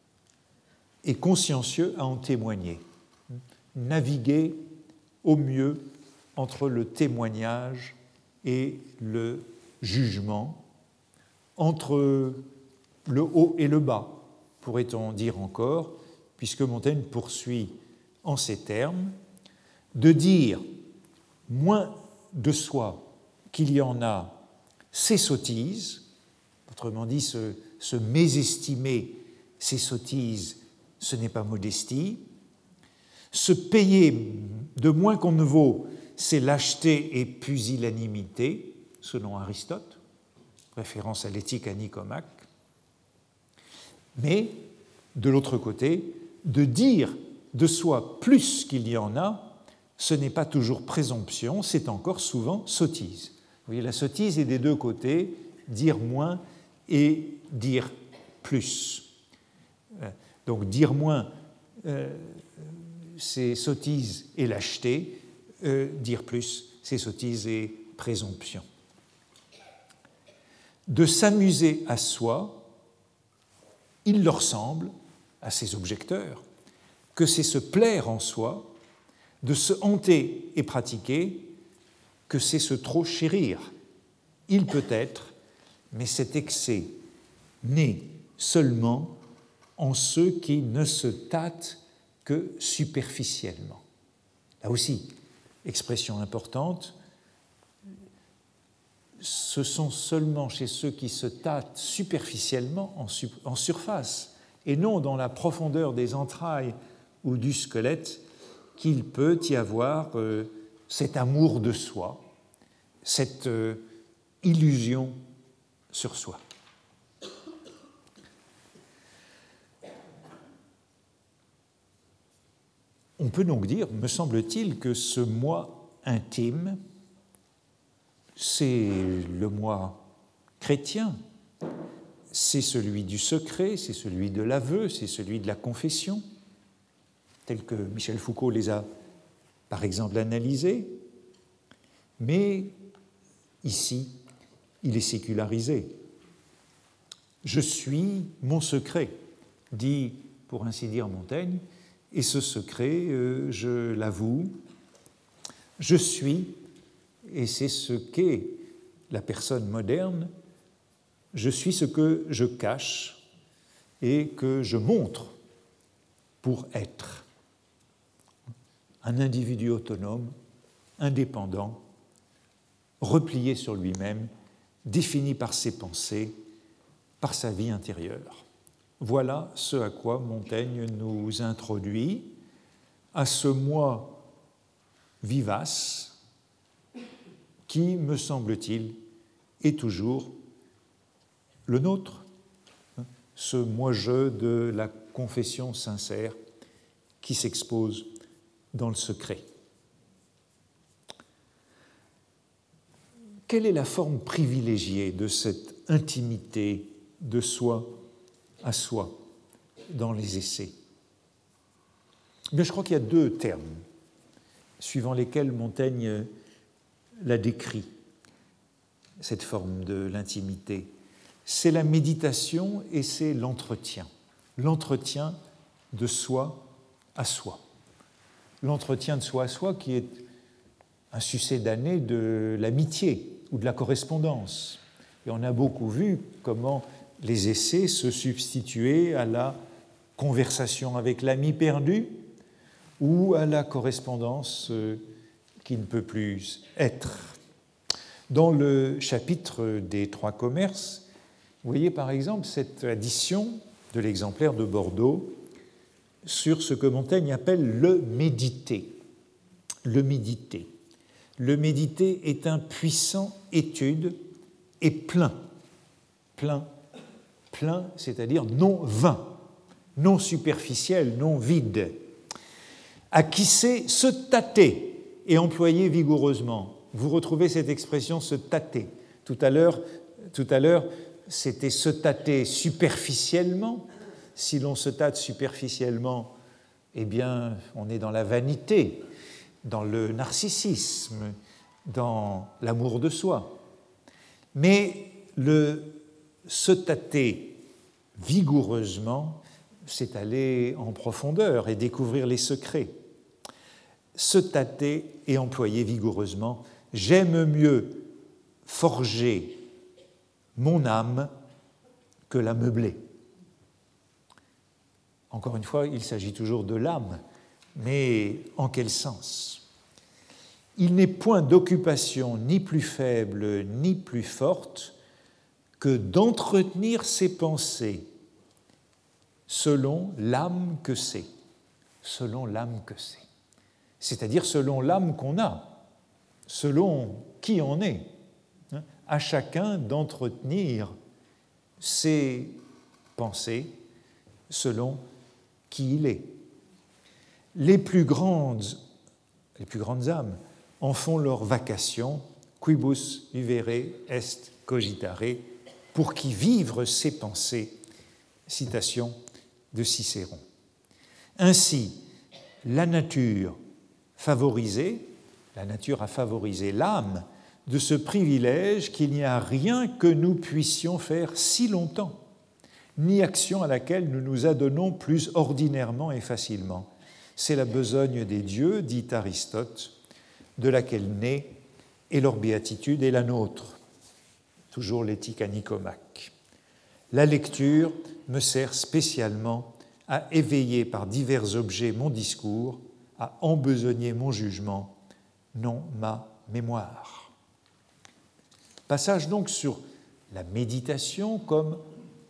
et consciencieux à en témoigner. Naviguer au mieux entre le témoignage et le jugement, entre le haut et le bas, pourrait-on dire encore, puisque Montaigne poursuit en ces termes, de dire moins de soi qu'il y en a, c'est sottise, autrement dit, se, se mésestimer, c'est sottise, ce n'est pas modestie, se payer de moins qu'on ne vaut, c'est lâcheté et pusillanimité, selon Aristote, référence à l'éthique à Nicomaque, mais, de l'autre côté, de dire de soi plus qu'il y en a, ce n'est pas toujours présomption, c'est encore souvent sottise. Vous voyez, la sottise est des deux côtés, dire moins et dire plus. Donc dire moins, euh, c'est sottise et lâcheté, euh, dire plus, c'est sottise et présomption. De s'amuser à soi, il leur semble, à ces objecteurs, que c'est se plaire en soi, de se hanter et pratiquer, que c'est se trop chérir. Il peut être, mais cet excès n'est seulement en ceux qui ne se tâtent que superficiellement. Là aussi, expression importante, ce sont seulement chez ceux qui se tâtent superficiellement en, su- en surface et non dans la profondeur des entrailles ou du squelette qu'il peut y avoir euh, cet amour de soi, cette euh, illusion sur soi. On peut donc dire, me semble-t-il, que ce moi intime, c'est le moi chrétien, c'est celui du secret, c'est celui de l'aveu, c'est celui de la confession, tel que Michel Foucault les a, par exemple, analysés. Mais ici, il est sécularisé. Je suis mon secret, dit, pour ainsi dire, Montaigne, et ce secret, euh, je l'avoue, je suis, et c'est ce qu'est la personne moderne, je suis ce que je cache et que je montre pour être. Un individu autonome, indépendant, replié sur lui-même, défini par ses pensées, par sa vie intérieure. Voilà ce à quoi Montaigne nous introduit, à ce moi vivace qui, me semble-t-il, est toujours le nôtre, ce moi-je de la confession sincère qui s'expose dans le secret. Quelle est la forme privilégiée de cette intimité de soi à soi dans les essais? Bien, je crois qu'il y a deux termes suivant lesquels Montaigne la décrit, cette forme de l'intimité. C'est la méditation et c'est l'entretien. L'entretien de soi à soi. L'entretien de soi à soi qui est un succédané de l'amitié ou de la correspondance. Et on a beaucoup vu comment les essais se substituaient à la conversation avec l'ami perdu ou à la correspondance qui ne peut plus être. Dans le chapitre des trois commerces, vous voyez par exemple cette addition de l'exemplaire de Bordeaux sur ce que Montaigne appelle le méditer. Le méditer. Le méditer est un puissant étude et plein. Plein. Plein, c'est-à-dire non vain, non superficiel, non vide. À qui sait se tâter et employer vigoureusement. Vous retrouvez cette expression se tâter. Tout à l'heure, tout à l'heure, c'était se tâter superficiellement. Si l'on se tâte superficiellement, eh bien, on est dans la vanité, dans le narcissisme, dans l'amour de soi. Mais le se tâter vigoureusement, c'est aller en profondeur et découvrir les secrets. Se tâter et employer vigoureusement, j'aime mieux forger mon âme que la meubler. Encore une fois, il s'agit toujours de l'âme, mais en quel sens? Il n'est point d'occupation ni plus faible ni plus forte que d'entretenir ses pensées selon l'âme que c'est, selon l'âme que c'est, c'est-à-dire selon l'âme qu'on a, selon qui on est, hein, à chacun d'entretenir ses pensées selon qui il est. Les plus grandes, les plus grandes âmes en font leur vacation, quibus vivere est cogitare, pour qui vivre ses pensées. Citation de Cicéron. Ainsi, la nature favorisée, la nature a favorisé l'âme de ce privilège qu'il n'y a rien que nous puissions faire si longtemps, ni action à laquelle nous nous adonnons plus ordinairement et facilement. C'est la besogne des dieux, dit Aristote, de laquelle naît et leur béatitude est la nôtre. Toujours l'éthique à Nicomaque. La lecture me sert spécialement à éveiller par divers objets mon discours, à embesogner mon jugement, non ma mémoire. Passage donc sur la méditation comme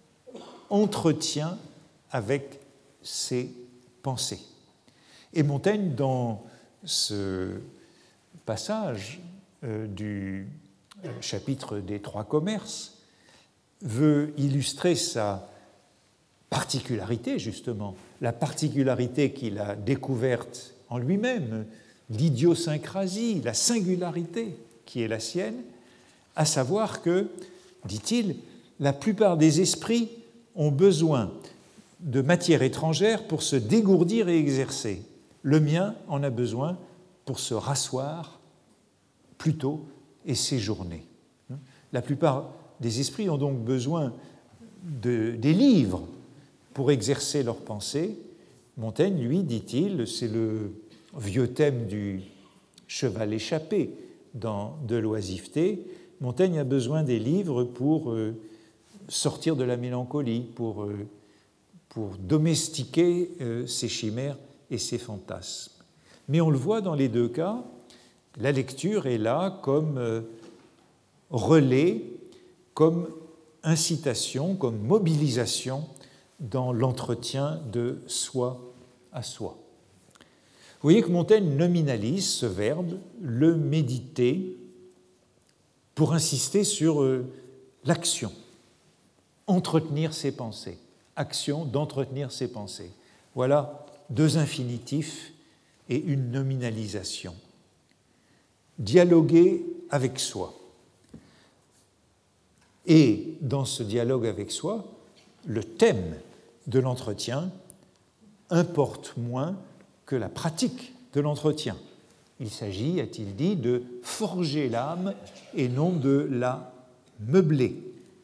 entretien avec ses pensées. Et Montaigne, dans ce passage euh, du chapitre des trois commerces, veut illustrer sa particularité, justement, la particularité qu'il a découverte en lui-même, l'idiosyncrasie, la singularité qui est la sienne, à savoir que, dit-il, la plupart des esprits ont besoin de matière étrangère pour se dégourdir et exercer. Le mien en a besoin pour se rasseoir plutôt et séjourner. La plupart des esprits ont donc besoin de, des livres pour exercer leurs pensées. Montaigne, lui, dit-il, c'est le vieux thème du cheval échappé dans De l'oisiveté. Montaigne a besoin des livres pour euh, sortir de la mélancolie, pour, euh, pour domestiquer euh, ses chimères et ses fantasmes. Mais on le voit dans les deux cas, la lecture est là comme euh, relais, comme incitation, comme mobilisation dans l'entretien de soi à soi. Vous voyez que Montaigne nominalise ce verbe, le méditer, pour insister sur euh, l'action, entretenir ses pensées, action d'entretenir ses pensées. Voilà deux infinitifs et une nominalisation. Dialoguer avec soi. Et dans ce dialogue avec soi, le thème de l'entretien importe moins que la pratique de l'entretien. Il s'agit, a-t-il dit, de forger l'âme et non de la meubler.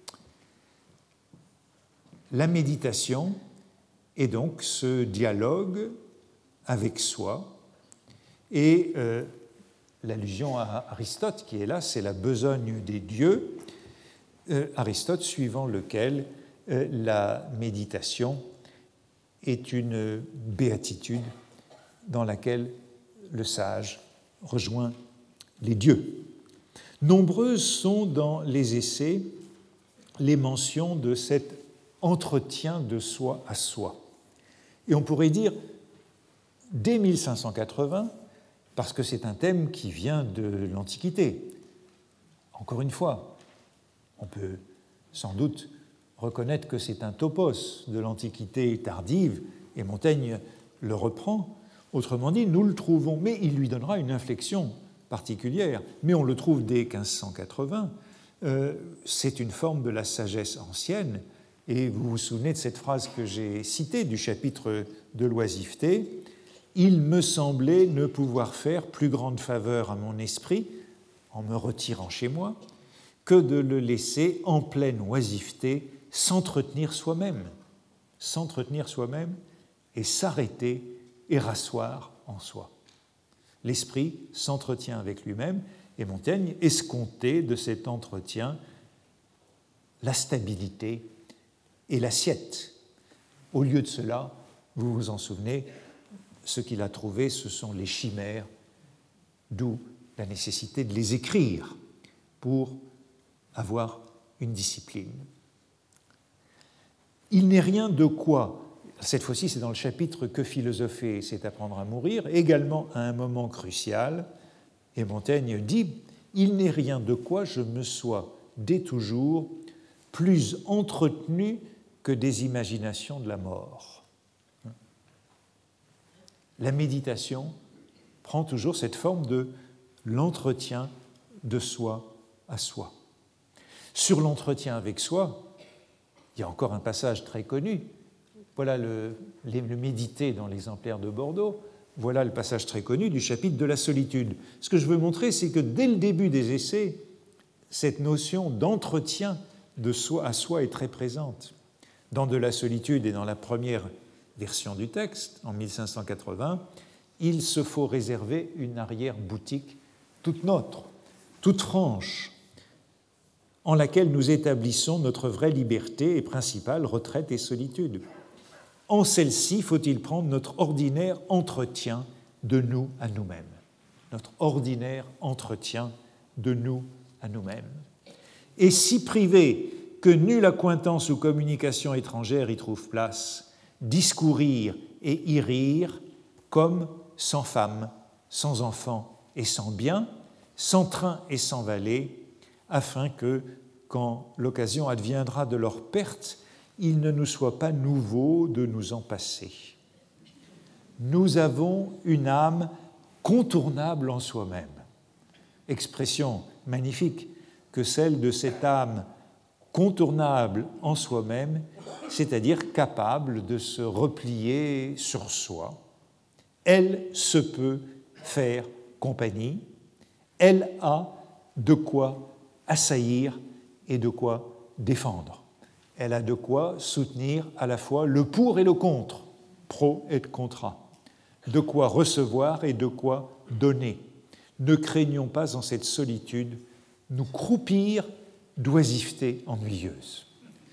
La méditation est donc ce dialogue avec soi et euh, l'allusion à Aristote qui est là, c'est la besogne des dieux. Euh, Aristote suivant lequel euh, la méditation est une béatitude dans laquelle le sage rejoint les dieux. Nombreuses sont dans les essais les mentions de cet entretien de soi à soi. Et on pourrait dire, dès mille cinq cent quatre-vingts, parce que c'est un thème qui vient de l'Antiquité. Encore une fois, on peut sans doute reconnaître que c'est un topos de l'Antiquité tardive, et Montaigne le reprend. Autrement dit, nous le trouvons, mais il lui donnera une inflexion particulière, mais on le trouve dès quinze cent quatre-vingts. Euh, c'est une forme de la sagesse ancienne, et vous vous souvenez de cette phrase que j'ai citée du chapitre de l'oisiveté. « Il me semblait ne pouvoir faire plus grande faveur à mon esprit, en me retirant chez moi, que de le laisser en pleine oisiveté s'entretenir soi-même, s'entretenir soi-même et s'arrêter et rasseoir en soi. » L'esprit s'entretient avec lui-même, et Montaigne escomptait de cet entretien la stabilité et l'assiette. Au lieu de cela, vous vous en souvenez, ce qu'il a trouvé, ce sont les chimères, d'où la nécessité de les écrire pour avoir une discipline. Il n'est rien de quoi, cette fois-ci c'est dans le chapitre « Que philosopher, c'est apprendre à mourir », également à un moment crucial, et Montaigne dit « Il n'est rien de quoi je me sois dès toujours plus entretenu que des imaginations de la mort. » La méditation prend toujours cette forme de l'entretien de soi à soi. Sur l'entretien avec soi, il y a encore un passage très connu. Voilà le, le méditer dans l'exemplaire de Bordeaux. Voilà le passage très connu du chapitre de la solitude. Ce que je veux montrer, c'est que dès le début des essais, cette notion d'entretien de soi à soi est très présente. Dans De la solitude et dans la première version du texte, en mille cinq cent quatre-vingts, il se faut réserver une arrière-boutique toute nôtre, toute franche, en laquelle nous établissons notre vraie liberté et principale retraite et solitude. En celle-ci, faut-il prendre notre ordinaire entretien de nous à nous-mêmes. Notre ordinaire entretien de nous à nous-mêmes. Et si privé que nulle accointance ou communication étrangère y trouve place, discourir et y rire comme sans femme, sans enfant et sans bien, sans train et sans valet, afin que, quand l'occasion adviendra de leur perte, il ne nous soit pas nouveau de nous en passer. Nous avons une âme contournable en soi-même. Expression magnifique que celle de cette âme contournable en soi-même, c'est-à-dire capable de se replier sur soi. Elle se peut faire compagnie, elle a de quoi assaillir et de quoi défendre. Elle a de quoi soutenir à la fois le pour et le contre, pro et contra, de quoi recevoir et de quoi donner. Ne craignons pas en cette solitude nous croupir d'oisiveté ennuyeuse.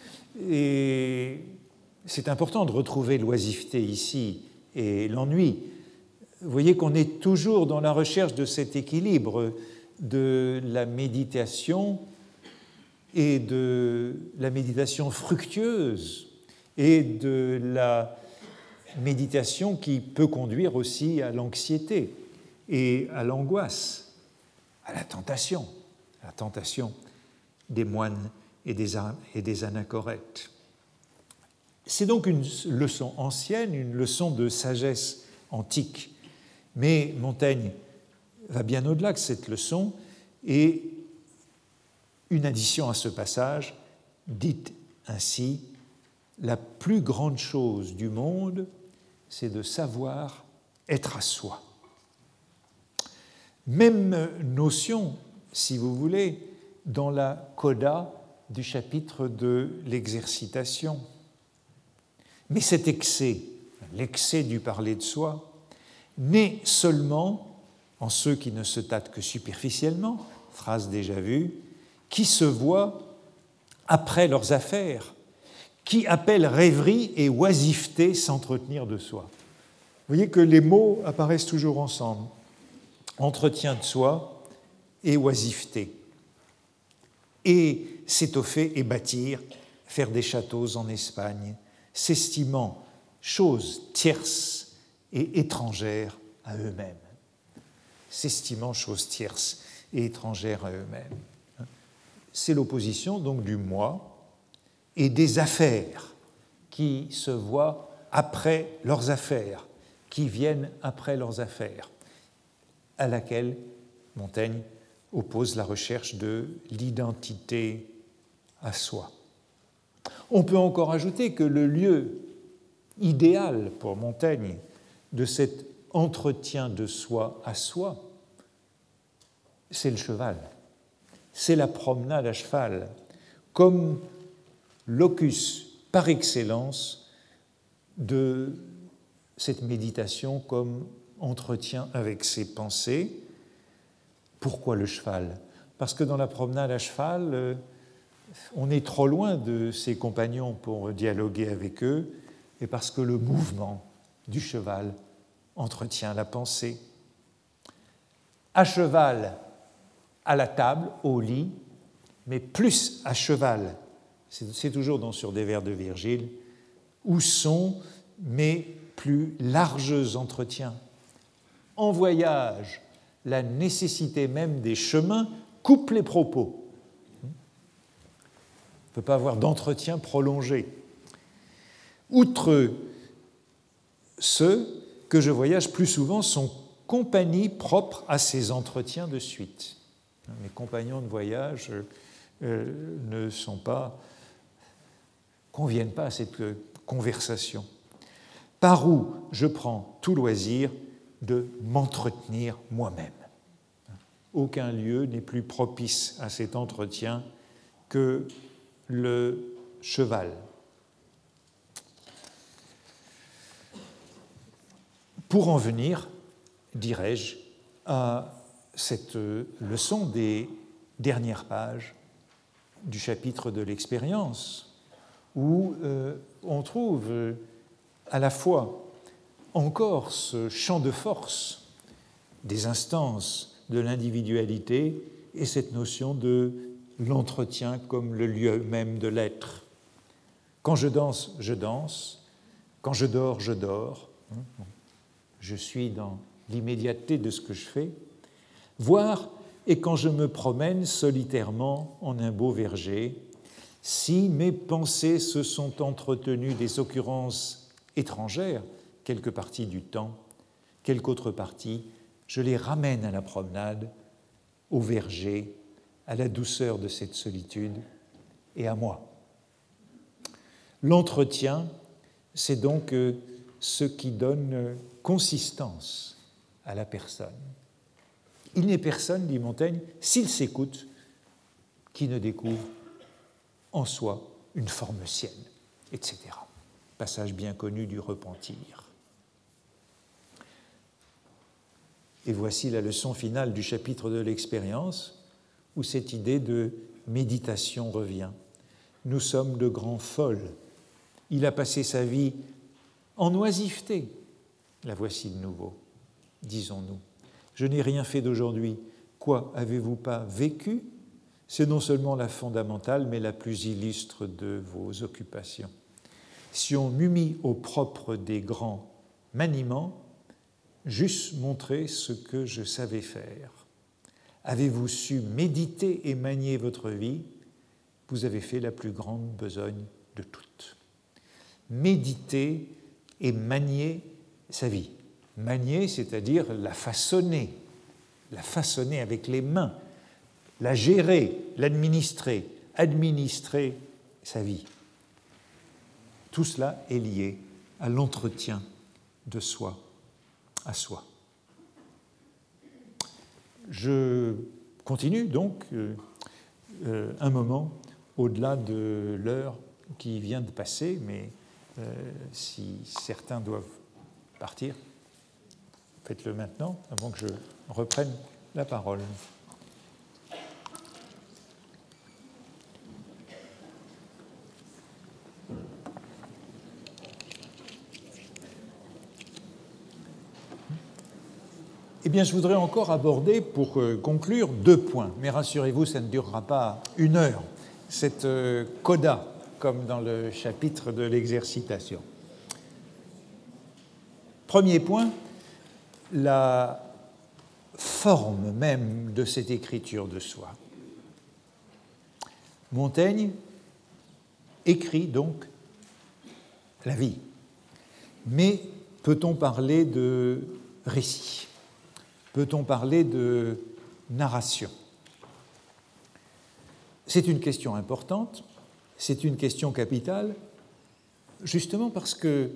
Et c'est important de retrouver l'oisiveté ici et l'ennui. Vous voyez qu'on est toujours dans la recherche de cet équilibre de la méditation et de la méditation fructueuse et de la méditation qui peut conduire aussi à l'anxiété et à l'angoisse, à la tentation, à la tentation des moines et des, et des anachorètes. C'est donc une leçon ancienne, une leçon de sagesse antique, mais Montaigne va bien au-delà de cette leçon et une addition à ce passage dit ainsi: la plus grande chose du monde, c'est de savoir être à soi. Même notion, si vous voulez, dans la coda du chapitre de l'exercitation. Mais cet excès, l'excès du parler de soi, naît seulement en ceux qui ne se tâtent que superficiellement, phrase déjà vue, qui se voient après leurs affaires, qui appellent rêverie et oisiveté s'entretenir de soi. Vous voyez que les mots apparaissent toujours ensemble. Entretien de soi et oisiveté. Et s'étoffer et bâtir, faire des châteaux en Espagne, s'estimant choses tierces et étrangères à eux-mêmes. S'estimant choses tierces et étrangères à eux-mêmes. C'est l'opposition donc du moi et des affaires qui se voient après leurs affaires, qui viennent après leurs affaires, à laquelle Montaigne oppose la recherche de l'identité à soi. On peut encore ajouter que le lieu idéal pour Montaigne de cet entretien de soi à soi, c'est le cheval, c'est la promenade à cheval, comme locus par excellence de cette méditation comme entretien avec ses pensées. Pourquoi le cheval ? Parce que dans la promenade à cheval, on est trop loin de ses compagnons pour dialoguer avec eux, et parce que le mouvement du cheval entretient la pensée. À cheval, à la table, au lit, mais plus à cheval, c'est toujours dans Sur des vers de Virgile, où sont mes plus larges entretiens. En voyage, la nécessité même des chemins coupe les propos. On ne peut pas avoir d'entretien prolongé. Outre ceux que je voyage plus souvent sont compagnie propre à ces entretiens de suite. Mes compagnons de voyage euh, ne sont pas, conviennent pas à cette conversation. Par où je prends tout loisir de m'entretenir moi-même. Aucun lieu n'est plus propice à cet entretien que le cheval. pour en venir, dirais-je, à cette leçon des dernières pages du chapitre de l'expérience, où euh, on trouve euh, à la fois encore ce champ de force des instances de l'individualité et cette notion de l'entretien comme le lieu même de l'être. Quand je danse, je danse. Quand je dors, je dors. Je suis dans l'immédiateté de ce que je fais. Voire, et quand je me promène solitairement en un beau verger, si mes pensées se sont entretenues des occurrences étrangères, quelque partie du temps, quelque autre partie, je les ramène à la promenade, au verger, à la douceur de cette solitude et à moi. L'entretien, c'est donc ce qui donne consistance à la personne. Il n'est personne, dit Montaigne, s'il s'écoute, qui ne découvre en soi une forme sienne, et cetera. Passage bien connu du Repentir. Et voici la leçon finale du chapitre de l'expérience, où cette idée de méditation revient. Nous sommes de grands folles. Il a passé sa vie en oisiveté. La voici de nouveau, disons-nous. Je n'ai rien fait d'aujourd'hui. Quoi, avez-vous pas vécu? C'est non seulement la fondamentale, mais la plus illustre de vos occupations. Si on m'eût mis au propre des grands maniements, j'eusse montré ce que je savais faire. Avez-vous su méditer et manier votre vie? Vous avez fait la plus grande besogne de toutes. Méditer et manier sa vie. Manier, c'est-à-dire la façonner, la façonner avec les mains, la gérer, l'administrer, administrer sa vie. Tout cela est lié à l'entretien de soi à soi. Je continue donc euh, euh, un moment au-delà de l'heure qui vient de passer, mais euh, si certains doivent partir, faites-le maintenant, avant que je reprenne la parole. Eh bien, je voudrais encore aborder, pour conclure, deux points. Mais rassurez-vous, ça ne durera pas une heure, cette coda, comme dans le chapitre de l'exercitation. Premier point, la forme même de cette écriture de soi. Montaigne écrit donc la vie. Mais peut-on parler de récit ? Peut-on parler de narration? C'est une question importante, c'est une question capitale, justement parce que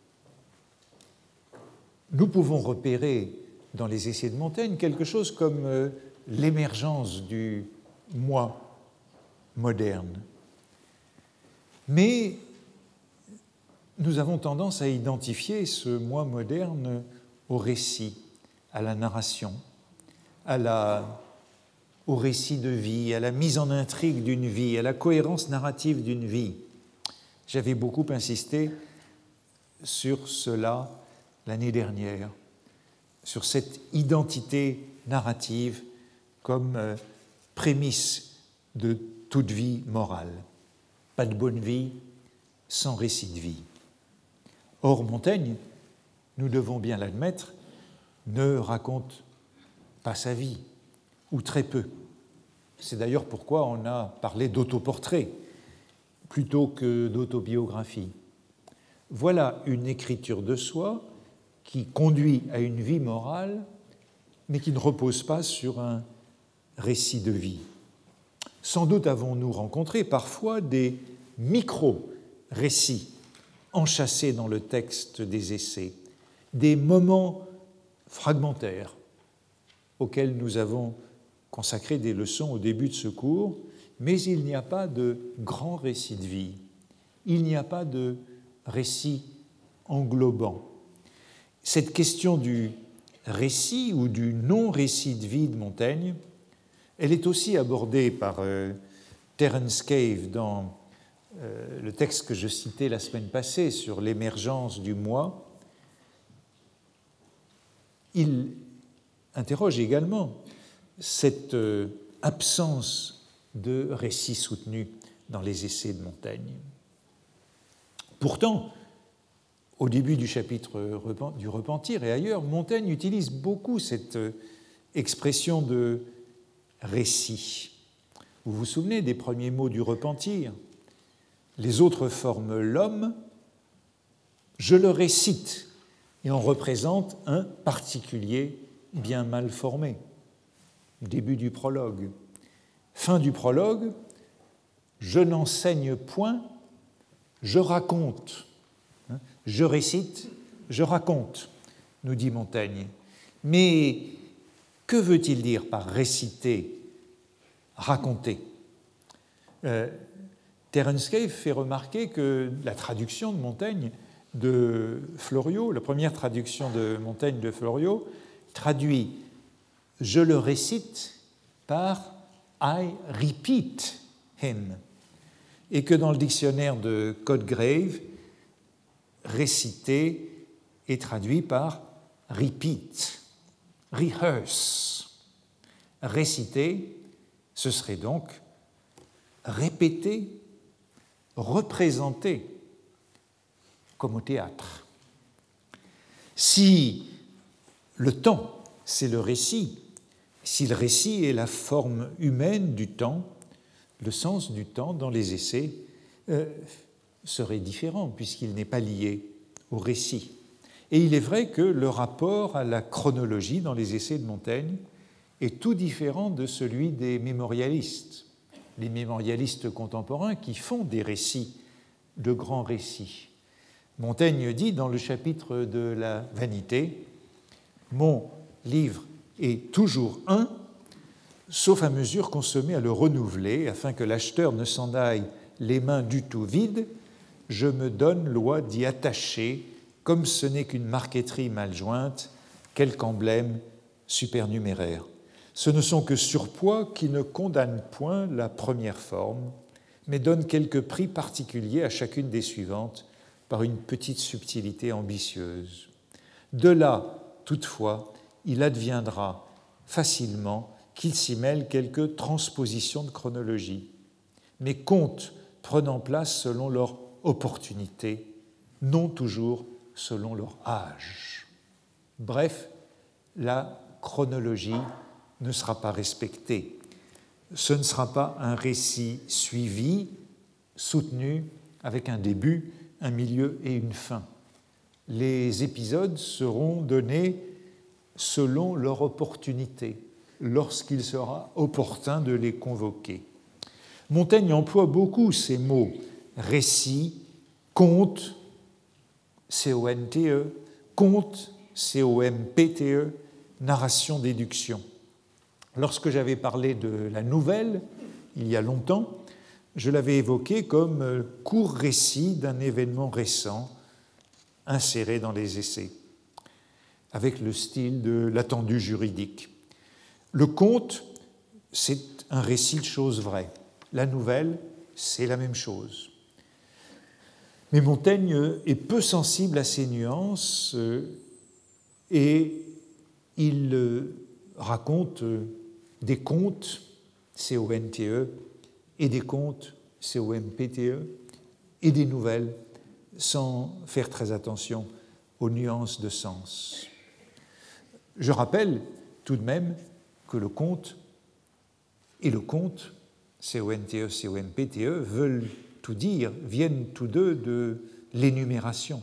nous pouvons repérer dans les essais de Montaigne quelque chose comme euh, l'émergence du moi moderne. Mais nous avons tendance à identifier ce moi moderne au récit, à la narration, à la, au récit de vie, à la mise en intrigue d'une vie, à la cohérence narrative d'une vie. J'avais beaucoup insisté sur cela l'année dernière, sur cette identité narrative comme euh, prémisse de toute vie morale. Pas de bonne vie sans récit de vie. Or, Montaigne, nous devons bien l'admettre, ne raconte pas sa vie, ou très peu. C'est d'ailleurs pourquoi on a parlé d'autoportrait plutôt que d'autobiographie. Voilà une écriture de soi qui conduit à une vie morale, mais qui ne repose pas sur un récit de vie. Sans doute avons-nous rencontré parfois des micro-récits enchâssés dans le texte des essais, des moments fragmentaires auxquels nous avons consacré des leçons au début de ce cours, mais il n'y a pas de grand récit de vie, il n'y a pas de récit englobant. cette question du récit ou du non-récit de vie de Montaigne, elle est aussi abordée par euh, Terence Cave dans euh, le texte que je citais la semaine passée sur l'émergence du moi. Il interroge également cette euh, absence de récit soutenu dans les essais de Montaigne. Pourtant, au début du chapitre du Repentir et ailleurs, Montaigne utilise beaucoup cette expression de récit. Vous vous souvenez des premiers mots du Repentir? Les autres forment l'homme, je le récite, et on représente un particulier bien mal formé. Début du prologue. Fin du prologue, je n'enseigne point, je raconte. Je récite, je raconte, nous dit Montaigne. Mais que veut-il dire par réciter, raconter? euh, Terence Cave fait remarquer que la traduction de Montaigne de Floriot, la première traduction de Montaigne de Floriot, traduit « je le récite » par « I repeat him » et que dans le dictionnaire de Cotgrave, réciter est traduit par repeat, rehearse. Réciter, ce serait donc répéter, représenter, comme au théâtre. Si le temps, c'est le récit, si le récit est la forme humaine du temps, le sens du temps dans les essais euh, serait différent puisqu'il n'est pas lié au récit. Et il est vrai que le rapport à la chronologie dans les essais de Montaigne est tout différent de celui des mémorialistes, les mémorialistes contemporains qui font des récits, de grands récits. Montaigne dit dans le chapitre de la vanité « Mon livre est toujours un, sauf à mesure qu'on se met à le renouveler, afin que l'acheteur ne s'en aille les mains du tout vides, je me donne loi d'y attacher, comme ce n'est qu'une marqueterie mal jointe, quelque emblème supernuméraire. Ce ne sont que surpoids qui ne condamnent point la première forme, mais donnent quelques prix particuliers à chacune des suivantes par une petite subtilité ambitieuse. De là, toutefois, il adviendra facilement qu'il s'y mêle quelques transpositions de chronologie, mais comptes prenant place selon leur opportunité, non toujours selon leur âge. Bref, la chronologie ne sera pas respectée. Ce ne sera pas un récit suivi, soutenu, avec un début, un milieu et une fin. Les épisodes seront donnés selon leur opportunité, lorsqu'il sera opportun de les convoquer. Montaigne emploie beaucoup ces mots récit, conte, C O N T E, conte, C O M P T E, narration, déduction. Lorsque j'avais parlé de la nouvelle, il y a longtemps, je l'avais évoqué comme court récit d'un événement récent inséré dans les essais, avec le style de l'attendu juridique. Le conte, c'est un récit de choses vraies. La nouvelle, c'est la même chose. Mais Montaigne est peu sensible à ces nuances et il raconte des contes, C O N T E, et des contes, C O M P T E, et des nouvelles, sans faire très attention aux nuances de sens. Je rappelle tout de même que le conte et le conte, C O N T E, C O M P T E, veulent tout dire, viennent tous deux de l'énumération.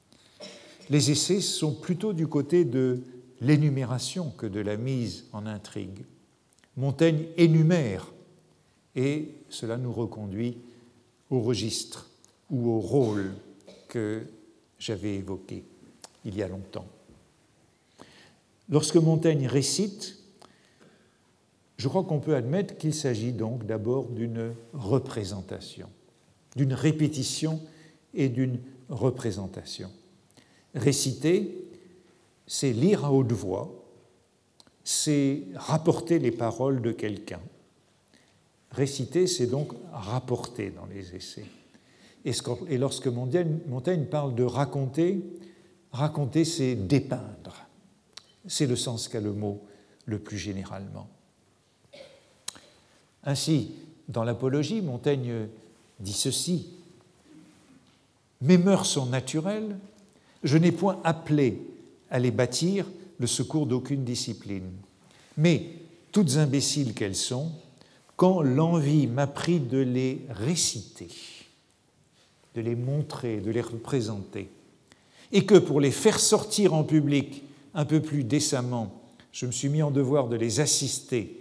Les essais sont plutôt du côté de l'énumération que de la mise en intrigue. Montaigne énumère, et cela nous reconduit au registre ou au rôle que j'avais évoqué il y a longtemps. Lorsque Montaigne récite, je crois qu'on peut admettre qu'il s'agit donc d'abord d'une représentation, d'une répétition et d'une représentation. Réciter, c'est lire à haute voix, c'est rapporter les paroles de quelqu'un. Réciter, c'est donc rapporter dans les essais. Et lorsque Montaigne parle de raconter, raconter, c'est dépeindre. C'est le sens qu'a le mot le plus généralement. Ainsi, dans l'Apologie, Montaigne dit ceci: « Mes mœurs sont naturelles, je n'ai point appelé à les bâtir le secours d'aucune discipline. Mais, toutes imbéciles qu'elles sont, quand l'envie m'a pris de les réciter, de les montrer, de les représenter, et que pour les faire sortir en public un peu plus décemment, je me suis mis en devoir de les assister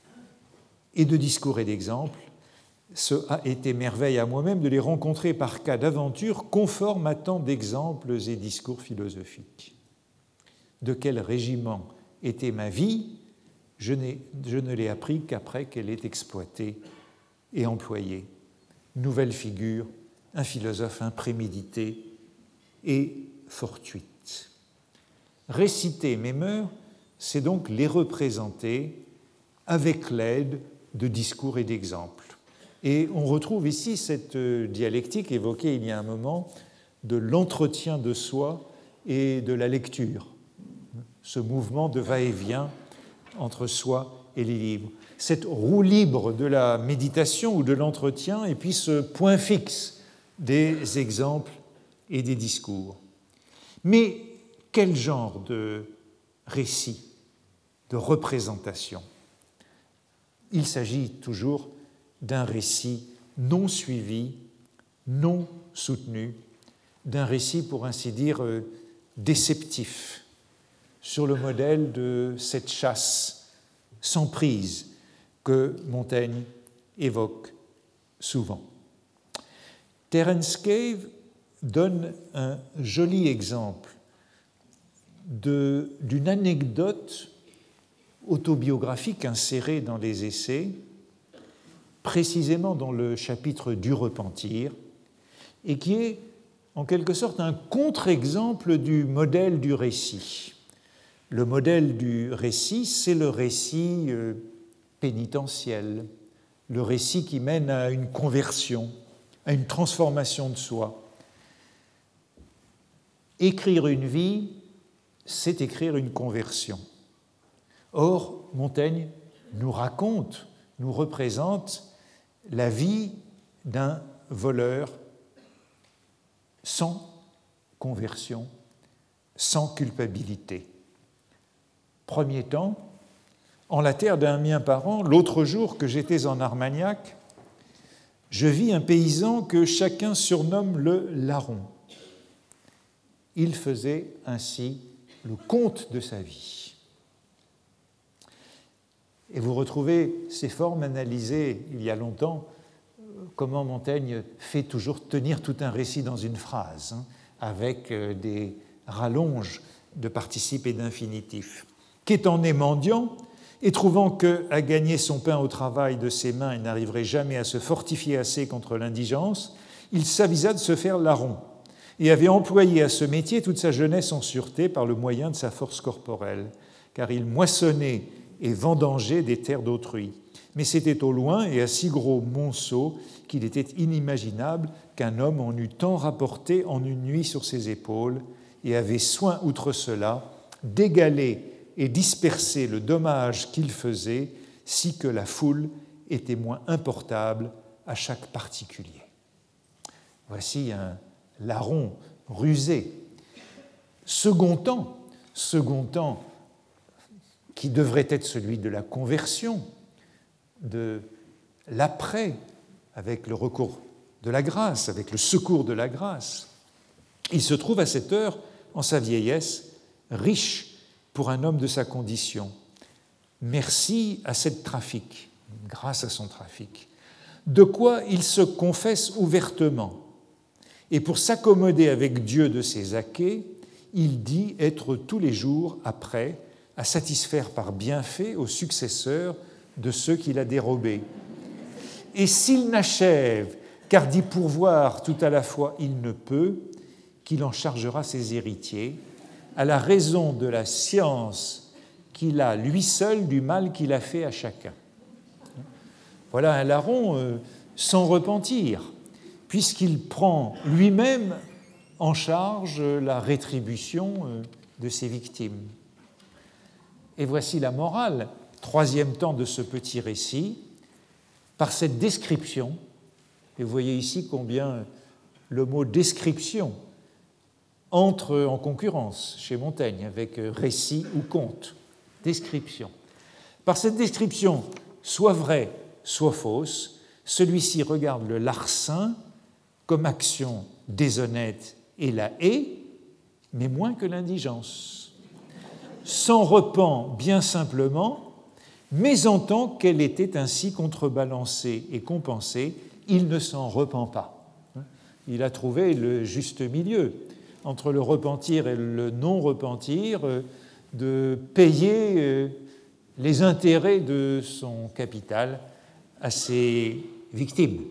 et de discours et d'exemples, ce a été merveille à moi-même de les rencontrer par cas d'aventure conforme à tant d'exemples et discours philosophiques. De quel régiment était ma vie, je, n'ai, je ne l'ai appris qu'après qu'elle est exploitée et employée. Nouvelle figure, un philosophe imprémédité et fortuite. Réciter mes mœurs, c'est donc les représenter avec l'aide de discours et d'exemples. Et on retrouve ici cette dialectique évoquée il y a un moment de l'entretien de soi et de la lecture, ce mouvement de va-et-vient entre soi et les livres. Cette roue libre de la méditation ou de l'entretien et puis ce point fixe des exemples et des discours. Mais quel genre de récit, de représentation? Il s'agit toujours d'un récit non suivi, non soutenu, d'un récit, pour ainsi dire, déceptif, sur le modèle de cette chasse sans prise que Montaigne évoque souvent. Terence Cave donne un joli exemple de, d'une anecdote autobiographique insérée dans les essais, précisément dans le chapitre du repentir, et qui est en quelque sorte un contre-exemple du modèle du récit. Le modèle du récit, c'est le récit pénitentiel, le récit qui mène à une conversion, à une transformation de soi. Écrire une vie, c'est écrire une conversion. Or, Montaigne nous raconte, nous représente la vie d'un voleur sans conversion, sans culpabilité. Premier temps, en la terre d'un mien parent, l'autre jour que j'étais en Armagnac, je vis un paysan que chacun surnomme le larron. Il faisait ainsi le compte de sa vie. Et vous retrouvez ces formes analysées il y a longtemps, comment Montaigne fait toujours tenir tout un récit dans une phrase, hein, avec des rallonges de participes et d'infinitifs. Qu'étant né mendiant, et trouvant qu'à gagner son pain au travail de ses mains, il n'arriverait jamais à se fortifier assez contre l'indigence, il s'avisa de se faire larron, et avait employé à ce métier toute sa jeunesse en sûreté par le moyen de sa force corporelle, car il moissonnait et vendangeait des terres d'autrui. Mais c'était au loin et à si gros monceau qu'il était inimaginable qu'un homme en eût tant rapporté en une nuit sur ses épaules et avait soin, outre cela, d'égaler et disperser le dommage qu'il faisait si que la foule était moins importable à chaque particulier. Voici un larron rusé. Second temps, second temps qui devrait être celui de la conversion, de l'après, avec le recours de la grâce, avec le secours de la grâce. Il se trouve à cette heure, en sa vieillesse, riche pour un homme de sa condition. Merci à cette trafic, grâce à son trafic, de quoi il se confesse ouvertement. Et pour s'accommoder avec Dieu de ses acquêts, il dit être tous les jours après à satisfaire par bienfait aux successeurs de ceux qu'il a dérobés. Et s'il n'achève, car d'y pourvoir tout à la fois il ne peut, qu'il en chargera ses héritiers, à la raison de la science qu'il a lui seul du mal qu'il a fait à chacun. Voilà un larron euh, sans repentir, puisqu'il prend lui-même en charge la rétribution euh, de ses victimes. Et voici la morale, troisième temps de ce petit récit, par cette description, et vous voyez ici combien le mot description entre en concurrence chez Montaigne avec récit ou conte. Description. Par cette description, soit vraie, soit fausse, celui-ci regarde le larcin comme action déshonnête et la hait, mais moins que l'indigence. S'en repent bien simplement, mais en tant qu'elle était ainsi contrebalancée et compensée, il ne s'en repent pas. Il a trouvé le juste milieu entre le repentir et le non-repentir, de payer les intérêts de son capital à ses victimes.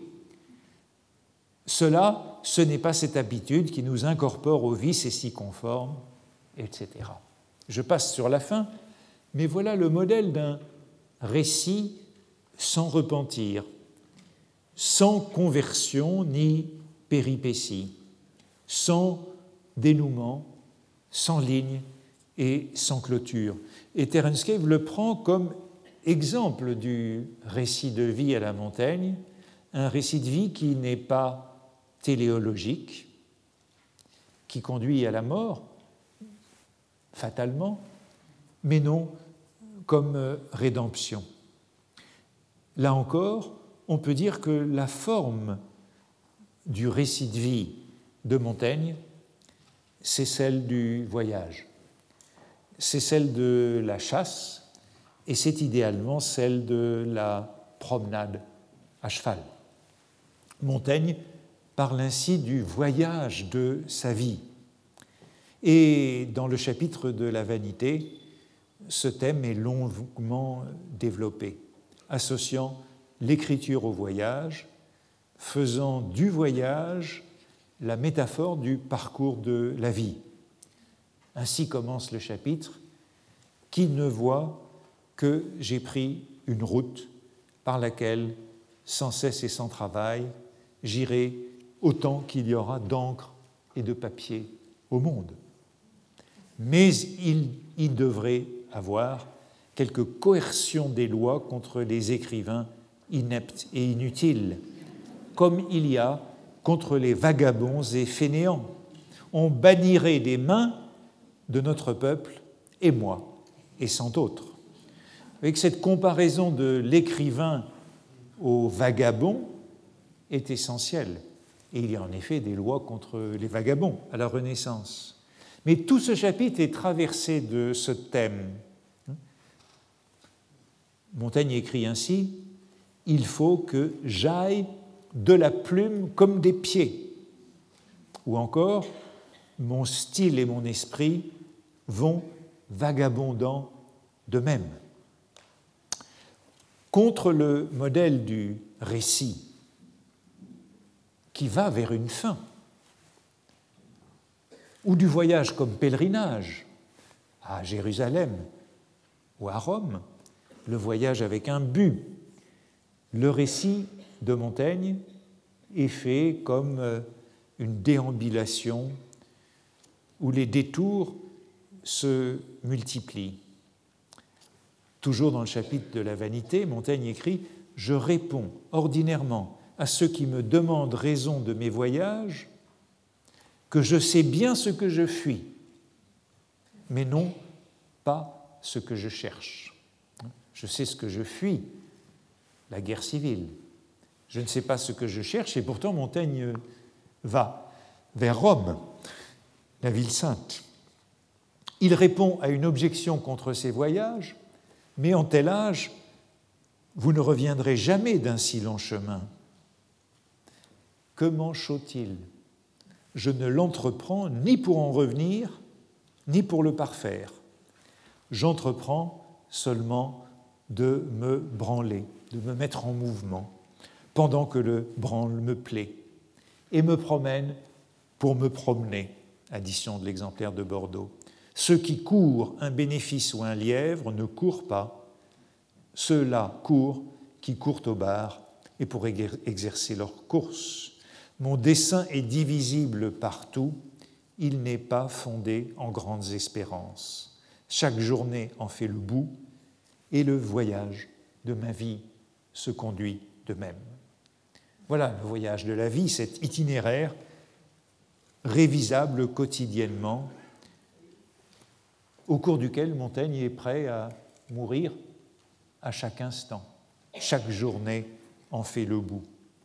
Cela, ce n'est pas cette habitude qui nous incorpore au vice et s'y conforme, et cetera. Je passe sur la fin, mais voilà le modèle d'un récit sans repentir, sans conversion ni péripétie, sans dénouement, sans ligne et sans clôture. Et Terence Cave le prend comme exemple du récit de vie à la Montaigne, un récit de vie qui n'est pas téléologique, qui conduit à la mort, fatalement, mais non comme rédemption. Là encore, on peut dire que la forme du récit de vie de Montaigne, c'est celle du voyage, c'est celle de la chasse et c'est idéalement celle de la promenade à cheval. Montaigne parle ainsi du voyage de sa vie. Et dans le chapitre de la vanité, ce thème est longuement développé, associant l'écriture au voyage, faisant du voyage la métaphore du parcours de la vie. Ainsi commence le chapitre « Qui ne voit que j'ai pris une route par laquelle, sans cesse et sans travail, j'irai autant qu'il y aura d'encre et de papier au monde. Mais il y devrait avoir quelque coercion des lois contre les écrivains ineptes et inutiles, comme il y a contre les vagabonds et fainéants. On bannirait des mains de notre peuple, et moi, et cent autres. » Avec cette comparaison de l'écrivain au vagabond est essentielle. Et il y a en effet des lois contre les vagabonds à la Renaissance. Mais tout ce chapitre est traversé de ce thème. Montaigne écrit ainsi « Il faut que j'aille de la plume comme des pieds. » Ou encore « Mon style et mon esprit vont vagabondant de même. » Contre le modèle du récit qui va vers une fin, ou du voyage comme pèlerinage à Jérusalem ou à Rome, le voyage avec un but, le récit de Montaigne est fait comme une déambulation où les détours se multiplient. Toujours dans le chapitre de la vanité, Montaigne écrit « Je réponds ordinairement à ceux qui me demandent raison de mes voyages que je sais bien ce que je fuis, mais non pas ce que je cherche. Je sais ce que je fuis, la guerre civile. Je ne sais pas ce que je cherche, et pourtant Montaigne va vers Rome, la ville sainte. Il répond à une objection contre ses voyages, mais en tel âge, vous ne reviendrez jamais d'un si long chemin. Que m'en chaut-il ? Je ne l'entreprends ni pour en revenir, ni pour le parfaire. J'entreprends seulement de me branler, de me mettre en mouvement, pendant que le branle me plaît, et me promène pour me promener, addition de l'exemplaire de Bordeaux. Ceux qui courent un bénéfice ou un lièvre ne courent pas. Ceux-là courent qui courent au bar et pour exercer leur course. Mon dessein est divisible partout, il n'est pas fondé en grandes espérances. Chaque journée en fait le bout, et le voyage de ma vie se conduit de même. Voilà le voyage de la vie, cet itinéraire révisable quotidiennement, au cours duquel Montaigne est prêt à mourir à chaque instant. Chaque journée en fait le bout.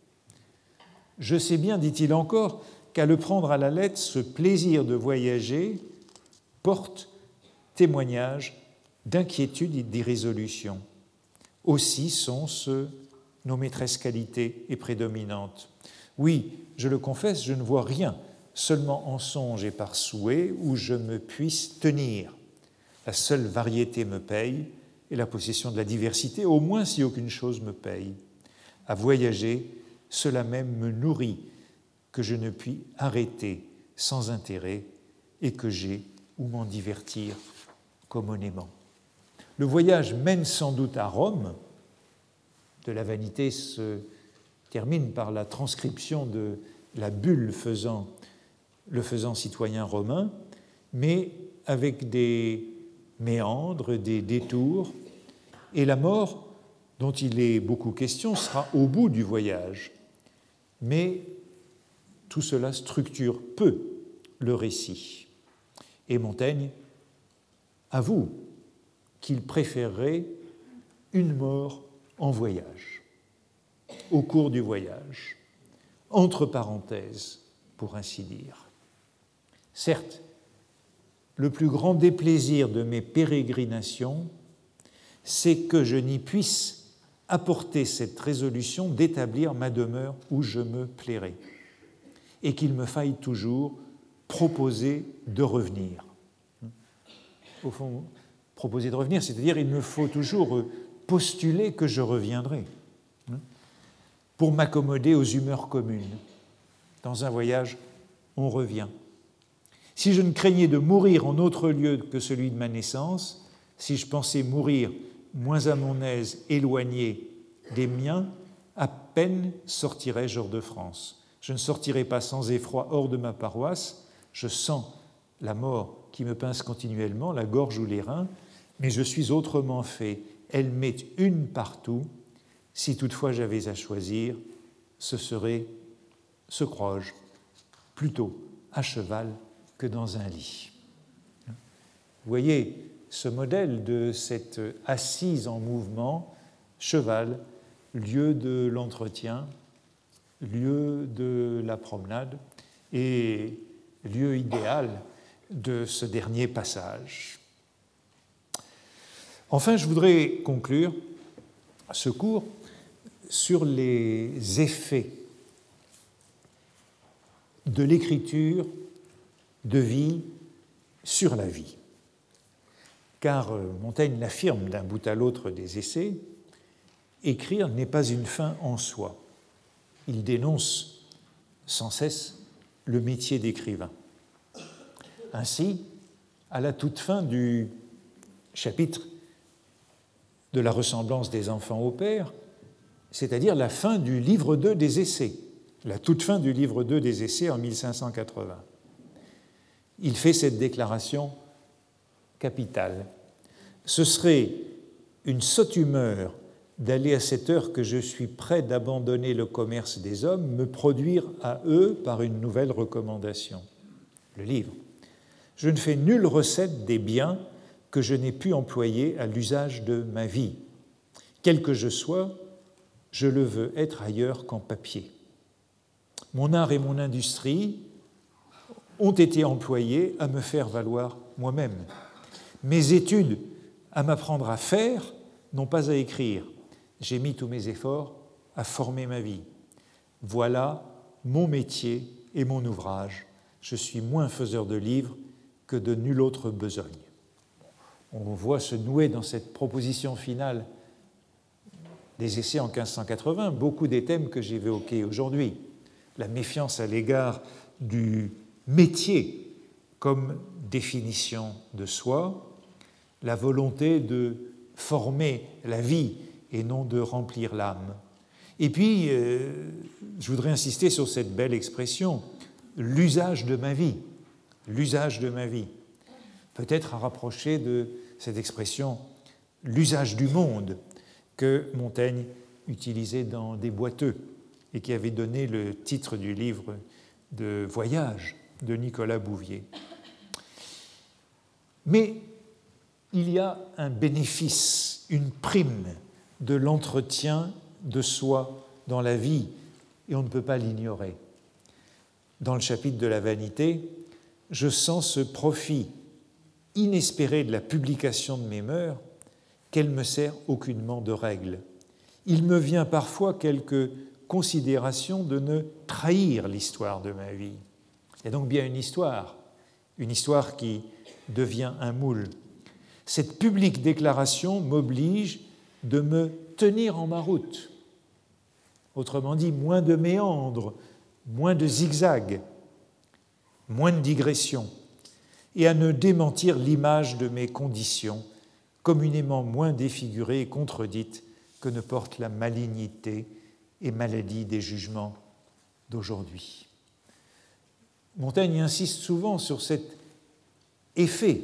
Je sais bien, dit-il encore, qu'à le prendre à la lettre, ce plaisir de voyager porte témoignage d'inquiétude et d'irrésolution. Aussi sont-ce nos maîtresses qualités et prédominantes. Oui, je le confesse, je ne vois rien, seulement en songe et par souhait, où je me puisse tenir. La seule variété me paye, et la possession de la diversité, au moins si aucune chose me paye. À voyager, cela même me nourrit, que je ne puis arrêter sans intérêt et que j'ai où m'en divertir communément. Le voyage mène sans doute à Rome. De la vanité se termine par la transcription de la bulle faisant, le faisant citoyen romain, mais avec des méandres, des détours, et la mort, dont il est beaucoup question, sera au bout du voyage. Mais tout cela structure peu le récit. Et Montaigne avoue qu'il préférerait une mort en voyage, au cours du voyage, entre parenthèses, pour ainsi dire. Certes, le plus grand déplaisir de mes pérégrinations, c'est que je n'y puisse apporter cette résolution d'établir ma demeure où je me plairai, et qu'il me faille toujours proposer de revenir. Au fond, proposer de revenir, c'est-à-dire il me faut toujours postuler que je reviendrai, pour m'accommoder aux humeurs communes. Dans un voyage, on revient. Si je ne craignais de mourir en autre lieu que celui de ma naissance, si je pensais mourir moins à mon aise, éloigné des miens, à peine sortirais-je hors de France. Je ne sortirai pas sans effroi hors de ma paroisse, je sens la mort qui me pince continuellement, la gorge ou les reins, mais je suis autrement fait. Elle m'est une partout. Si toutefois j'avais à choisir, ce serait, ce crois-je, plutôt à cheval que dans un lit. Vous voyez ce modèle de cette assise en mouvement, cheval, lieu de l'entretien, lieu de la promenade et lieu idéal de ce dernier passage. Enfin, je voudrais conclure ce cours sur les effets de l'écriture de vie sur la vie. Car Montaigne l'affirme d'un bout à l'autre des essais, écrire n'est pas une fin en soi. Il dénonce sans cesse le métier d'écrivain. Ainsi, à la toute fin du chapitre de la ressemblance des enfants au père, c'est-à-dire la fin du livre deux des essais, la toute fin du livre deux des essais en mille cinq cent quatre-vingts. Il fait cette déclaration capitale. Ce serait une sotte humeur d'aller à cette heure que je suis prêt d'abandonner le commerce des hommes, me produire à eux par une nouvelle recommandation. Le livre. Je ne fais nulle recette des biens que je n'ai pu employer à l'usage de ma vie. Quel que je sois, je le veux être ailleurs qu'en papier. Mon art et mon industrie ont été employés à me faire valoir moi-même. Mes études à m'apprendre à faire, non pas à écrire. J'ai mis tous mes efforts à former ma vie. Voilà mon métier et mon ouvrage. Je suis moins faiseur de livres que de nulle autre besogne. On voit se nouer dans cette proposition finale des essais en quinze cent quatre-vingts beaucoup des thèmes que j'ai évoqués aujourd'hui. La méfiance à l'égard du métier comme définition de soi, la volonté de former la vie et non de remplir l'âme. Et puis, euh, je voudrais insister sur cette belle expression, l'usage de ma vie, l'usage de ma vie, peut-être à rapprocher de cette expression, l'usage du monde, que Montaigne utilisait dans Des Boiteux et qui avait donné le titre du livre de voyage de Nicolas Bouvier. Mais il y a un bénéfice, une prime de l'entretien de soi dans la vie, et on ne peut pas l'ignorer. Dans le chapitre de la vanité, je sens ce profit inespéré de la publication de mes mœurs qu'elle me sert aucunement de règle. Il me vient parfois quelque considération de ne trahir l'histoire de ma vie. Il y a donc bien une histoire, une histoire qui devient un moule. Cette publique déclaration m'oblige de me tenir en ma route. Autrement dit, moins de méandres, moins de zigzags, moins de digressions, et à ne démentir l'image de mes conditions, communément moins défigurée et contredite que ne porte la malignité et maladie des jugements d'aujourd'hui. Montaigne insiste souvent sur cet effet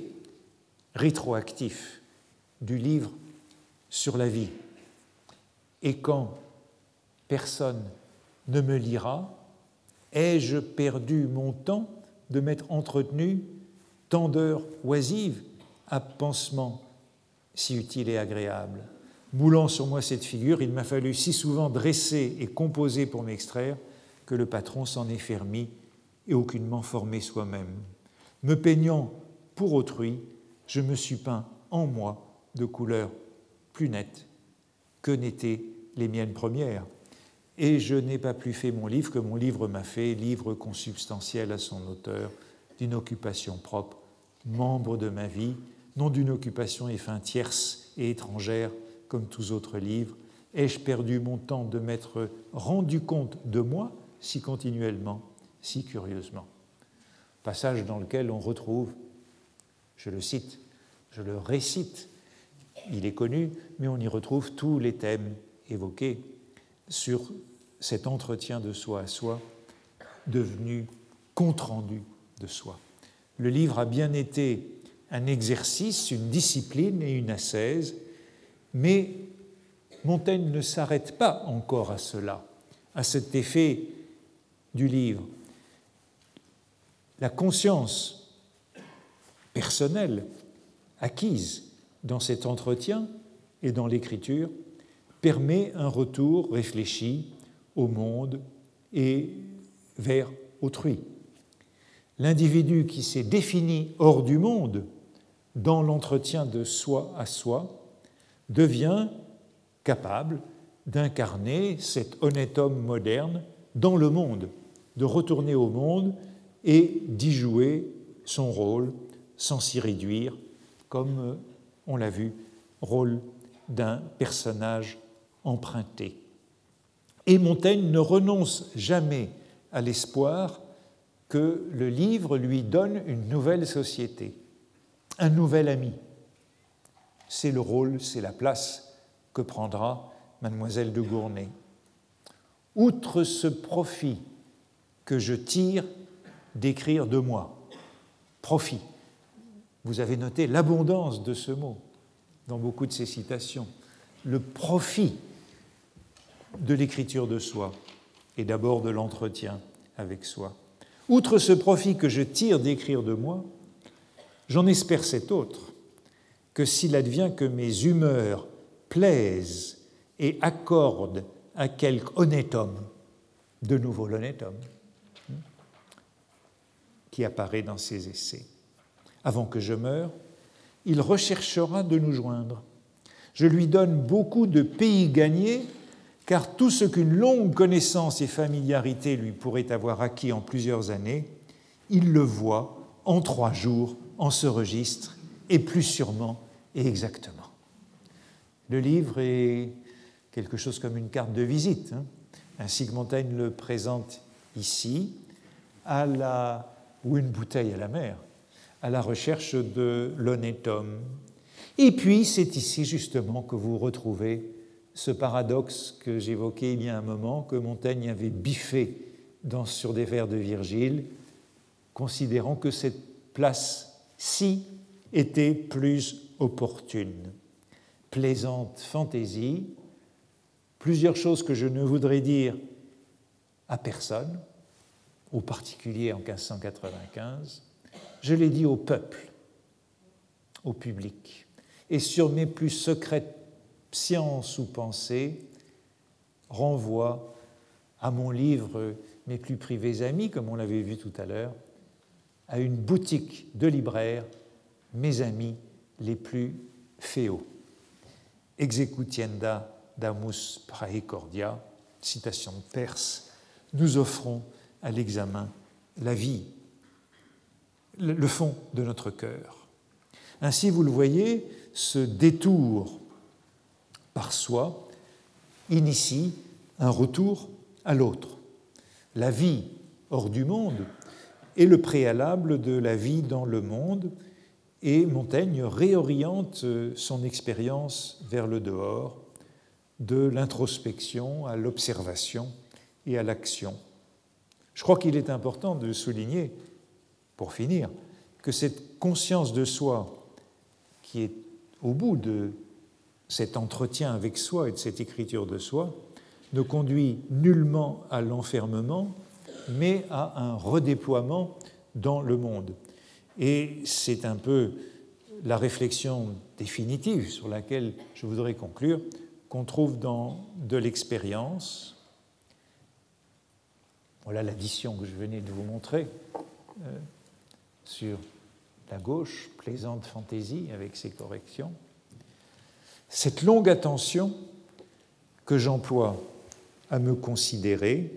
rétroactif du livre sur la vie. Et quand personne ne me lira, ai-je perdu mon temps de m'être entretenu tant d'heures oisives à pansement si utile et agréable. Moulant sur moi cette figure, il m'a fallu si souvent dresser et composer pour m'extraire que le patron s'en est fermi et aucunement formé soi-même. Me peignant pour autrui, je me suis peint en moi de couleurs plus nettes que n'étaient les miennes premières. Et je n'ai pas plus fait mon livre que mon livre m'a fait, livre consubstantiel à son auteur, d'une occupation propre, membre de ma vie, non d'une occupation et fin tierce et étrangère comme tous autres livres. Ai-je perdu mon temps de m'être rendu compte de moi si continuellement, si curieusement? Passage dans lequel on retrouve, je le cite, je le récite, il est connu, mais on y retrouve tous les thèmes évoqués sur cet entretien de soi à soi devenu compte-rendu de soi. Le livre a bien été un exercice, une discipline et une ascèse, mais Montaigne ne s'arrête pas encore à cela, à cet effet du livre. La conscience personnelle acquise dans cet entretien et dans l'écriture permet un retour réfléchi au monde et vers autrui. L'individu qui s'est défini hors du monde dans l'entretien de soi à soi devient capable d'incarner cet honnête homme moderne dans le monde, de retourner au monde et d'y jouer son rôle sans s'y réduire, comme on l'a vu, rôle d'un personnage emprunté. Et Montaigne ne renonce jamais à l'espoir que le livre lui donne une nouvelle société, un nouvel ami. C'est le rôle, c'est la place que prendra Mademoiselle de Gournay. Outre ce profit que je tire d'écrire de moi, profit, vous avez noté l'abondance de ce mot dans beaucoup de ces citations, le profit de l'écriture de soi et d'abord de l'entretien avec soi. Outre ce profit que je tire d'écrire de moi, j'en espère cet autre, que s'il advient que mes humeurs plaisent et accordent à quelque honnête homme, de nouveau l'honnête homme, qui apparaît dans ses essais, avant que je meure, il recherchera de nous joindre. Je lui donne beaucoup de pays gagnés, car tout ce qu'une longue connaissance et familiarité lui pourrait avoir acquis en plusieurs années, il le voit en trois jours en ce registre, et plus sûrement et exactement. Le livre est quelque chose comme une carte de visite, hein, ainsi que Montaigne le présente ici, à la, ou une bouteille à la mer, à la recherche de l'honnête homme. Et puis, c'est ici justement que vous retrouvez ce paradoxe que j'évoquais il y a un moment, que Montaigne avait biffé dans, sur des vers de Virgile, considérant que cette place-ci était plus opportune. Plaisante fantaisie, plusieurs choses que je ne voudrais dire à personne, au particulier en quinze cent quatre-vingt-quinze, je l'ai dit au peuple, au public. Et sur mes plus secrètes sciences ou pensées, renvoie à mon livre Mes plus privés amis, comme on l'avait vu tout à l'heure, à une boutique de libraire, Mes amis les plus féaux. Executienda damus praecordia, citation de Perse, nous offrons à l'examen la vie, le fond de notre cœur. Ainsi, vous le voyez, ce détour par soi initie un retour à l'autre. La vie hors du monde est le préalable de la vie dans le monde, et Montaigne réoriente son expérience vers le dehors, de l'introspection à l'observation et à l'action. Je crois qu'il est important de souligner, pour finir, que cette conscience de soi qui est au bout de cet entretien avec soi et de cette écriture de soi ne conduit nullement à l'enfermement, mais à un redéploiement dans le monde. Et c'est un peu la réflexion définitive sur laquelle je voudrais conclure, qu'on trouve dans de l'expérience. Voilà l'addition que je venais de vous montrer euh, sur la gauche, plaisante fantaisie avec ses corrections. Cette longue attention que j'emploie à me considérer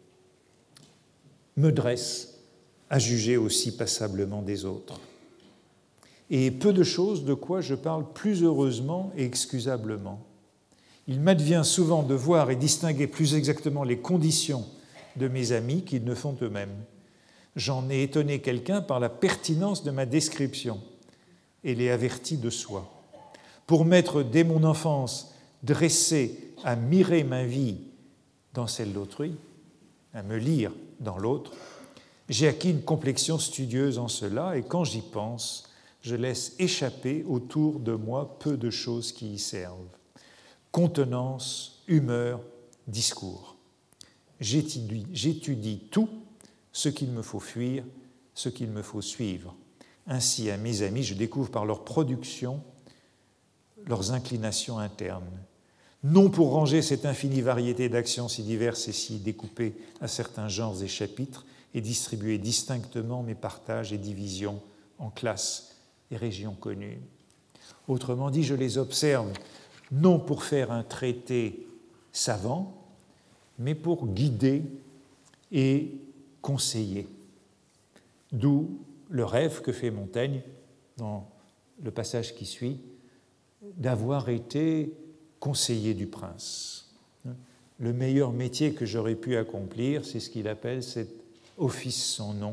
me dresse à juger aussi passablement des autres. Et peu de choses de quoi je parle plus heureusement et excusablement. Il m'advient souvent de voir et distinguer plus exactement les conditions de mes amis qu'ils ne font eux-mêmes. J'en ai étonné quelqu'un par la pertinence de ma description et l'ai averti de soi. Pour m'être, dès mon enfance, dressé à mirer ma vie dans celle d'autrui, à me lire dans l'autre, j'ai acquis une complexion studieuse en cela, et quand j'y pense, je laisse échapper autour de moi peu de choses qui y servent. Contenance, humeur, discours. J'étudie, j'étudie tout ce qu'il me faut fuir, ce qu'il me faut suivre. Ainsi, à mes amis, je découvre par leur production leurs inclinations internes. Non pour ranger cette infinie variété d'actions si diverses et si découpées à certains genres et chapitres et distribuer distinctement mes partages et divisions en classes et régions connues. Autrement dit, je les observe non pour faire un traité savant, mais pour guider et conseiller. D'où le rêve que fait Montaigne dans le passage qui suit, d'avoir été conseiller du prince. Le meilleur métier que j'aurais pu accomplir, c'est ce qu'il appelle cet office sans nom,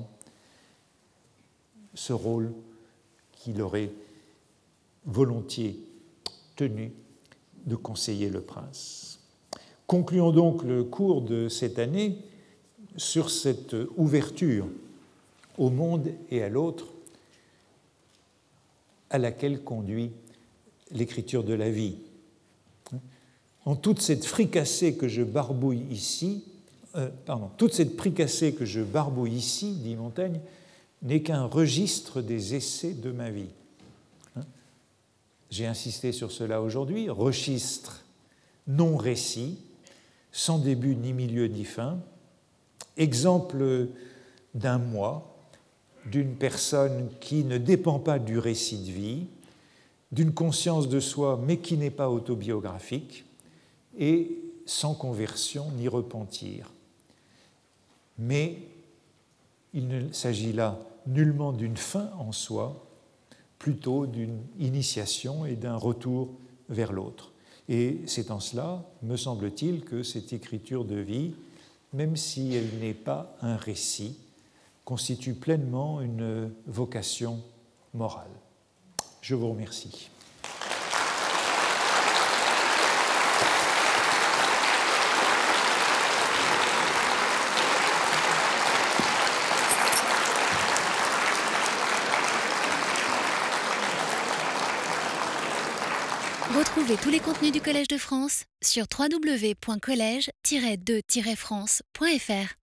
ce rôle qu'il aurait volontiers tenu de conseiller le prince. Concluons donc le cours de cette année sur cette ouverture au monde et à l'autre à laquelle conduit l'écriture de la vie. En toute cette fricassée que je barbouille ici, euh, pardon, toute cette fricassée que je barbouille ici, dit Montaigne, n'est qu'un registre des essais de ma vie. Hein? J'ai insisté sur cela aujourd'hui, registre non récit, sans début ni milieu ni fin, exemple d'un moi, d'une personne qui ne dépend pas du récit de vie, d'une conscience de soi mais qui n'est pas autobiographique, et sans conversion ni repentir. Mais il ne s'agit là nullement d'une fin en soi, plutôt d'une initiation et d'un retour vers l'autre. Et c'est en cela, me semble-t-il, que cette écriture de vie, même si elle n'est pas un récit, constitue pleinement une vocation morale. Je vous remercie. Retrouvez tous les contenus du Collège de France sur w w w point collège tiret de tiret france point f r.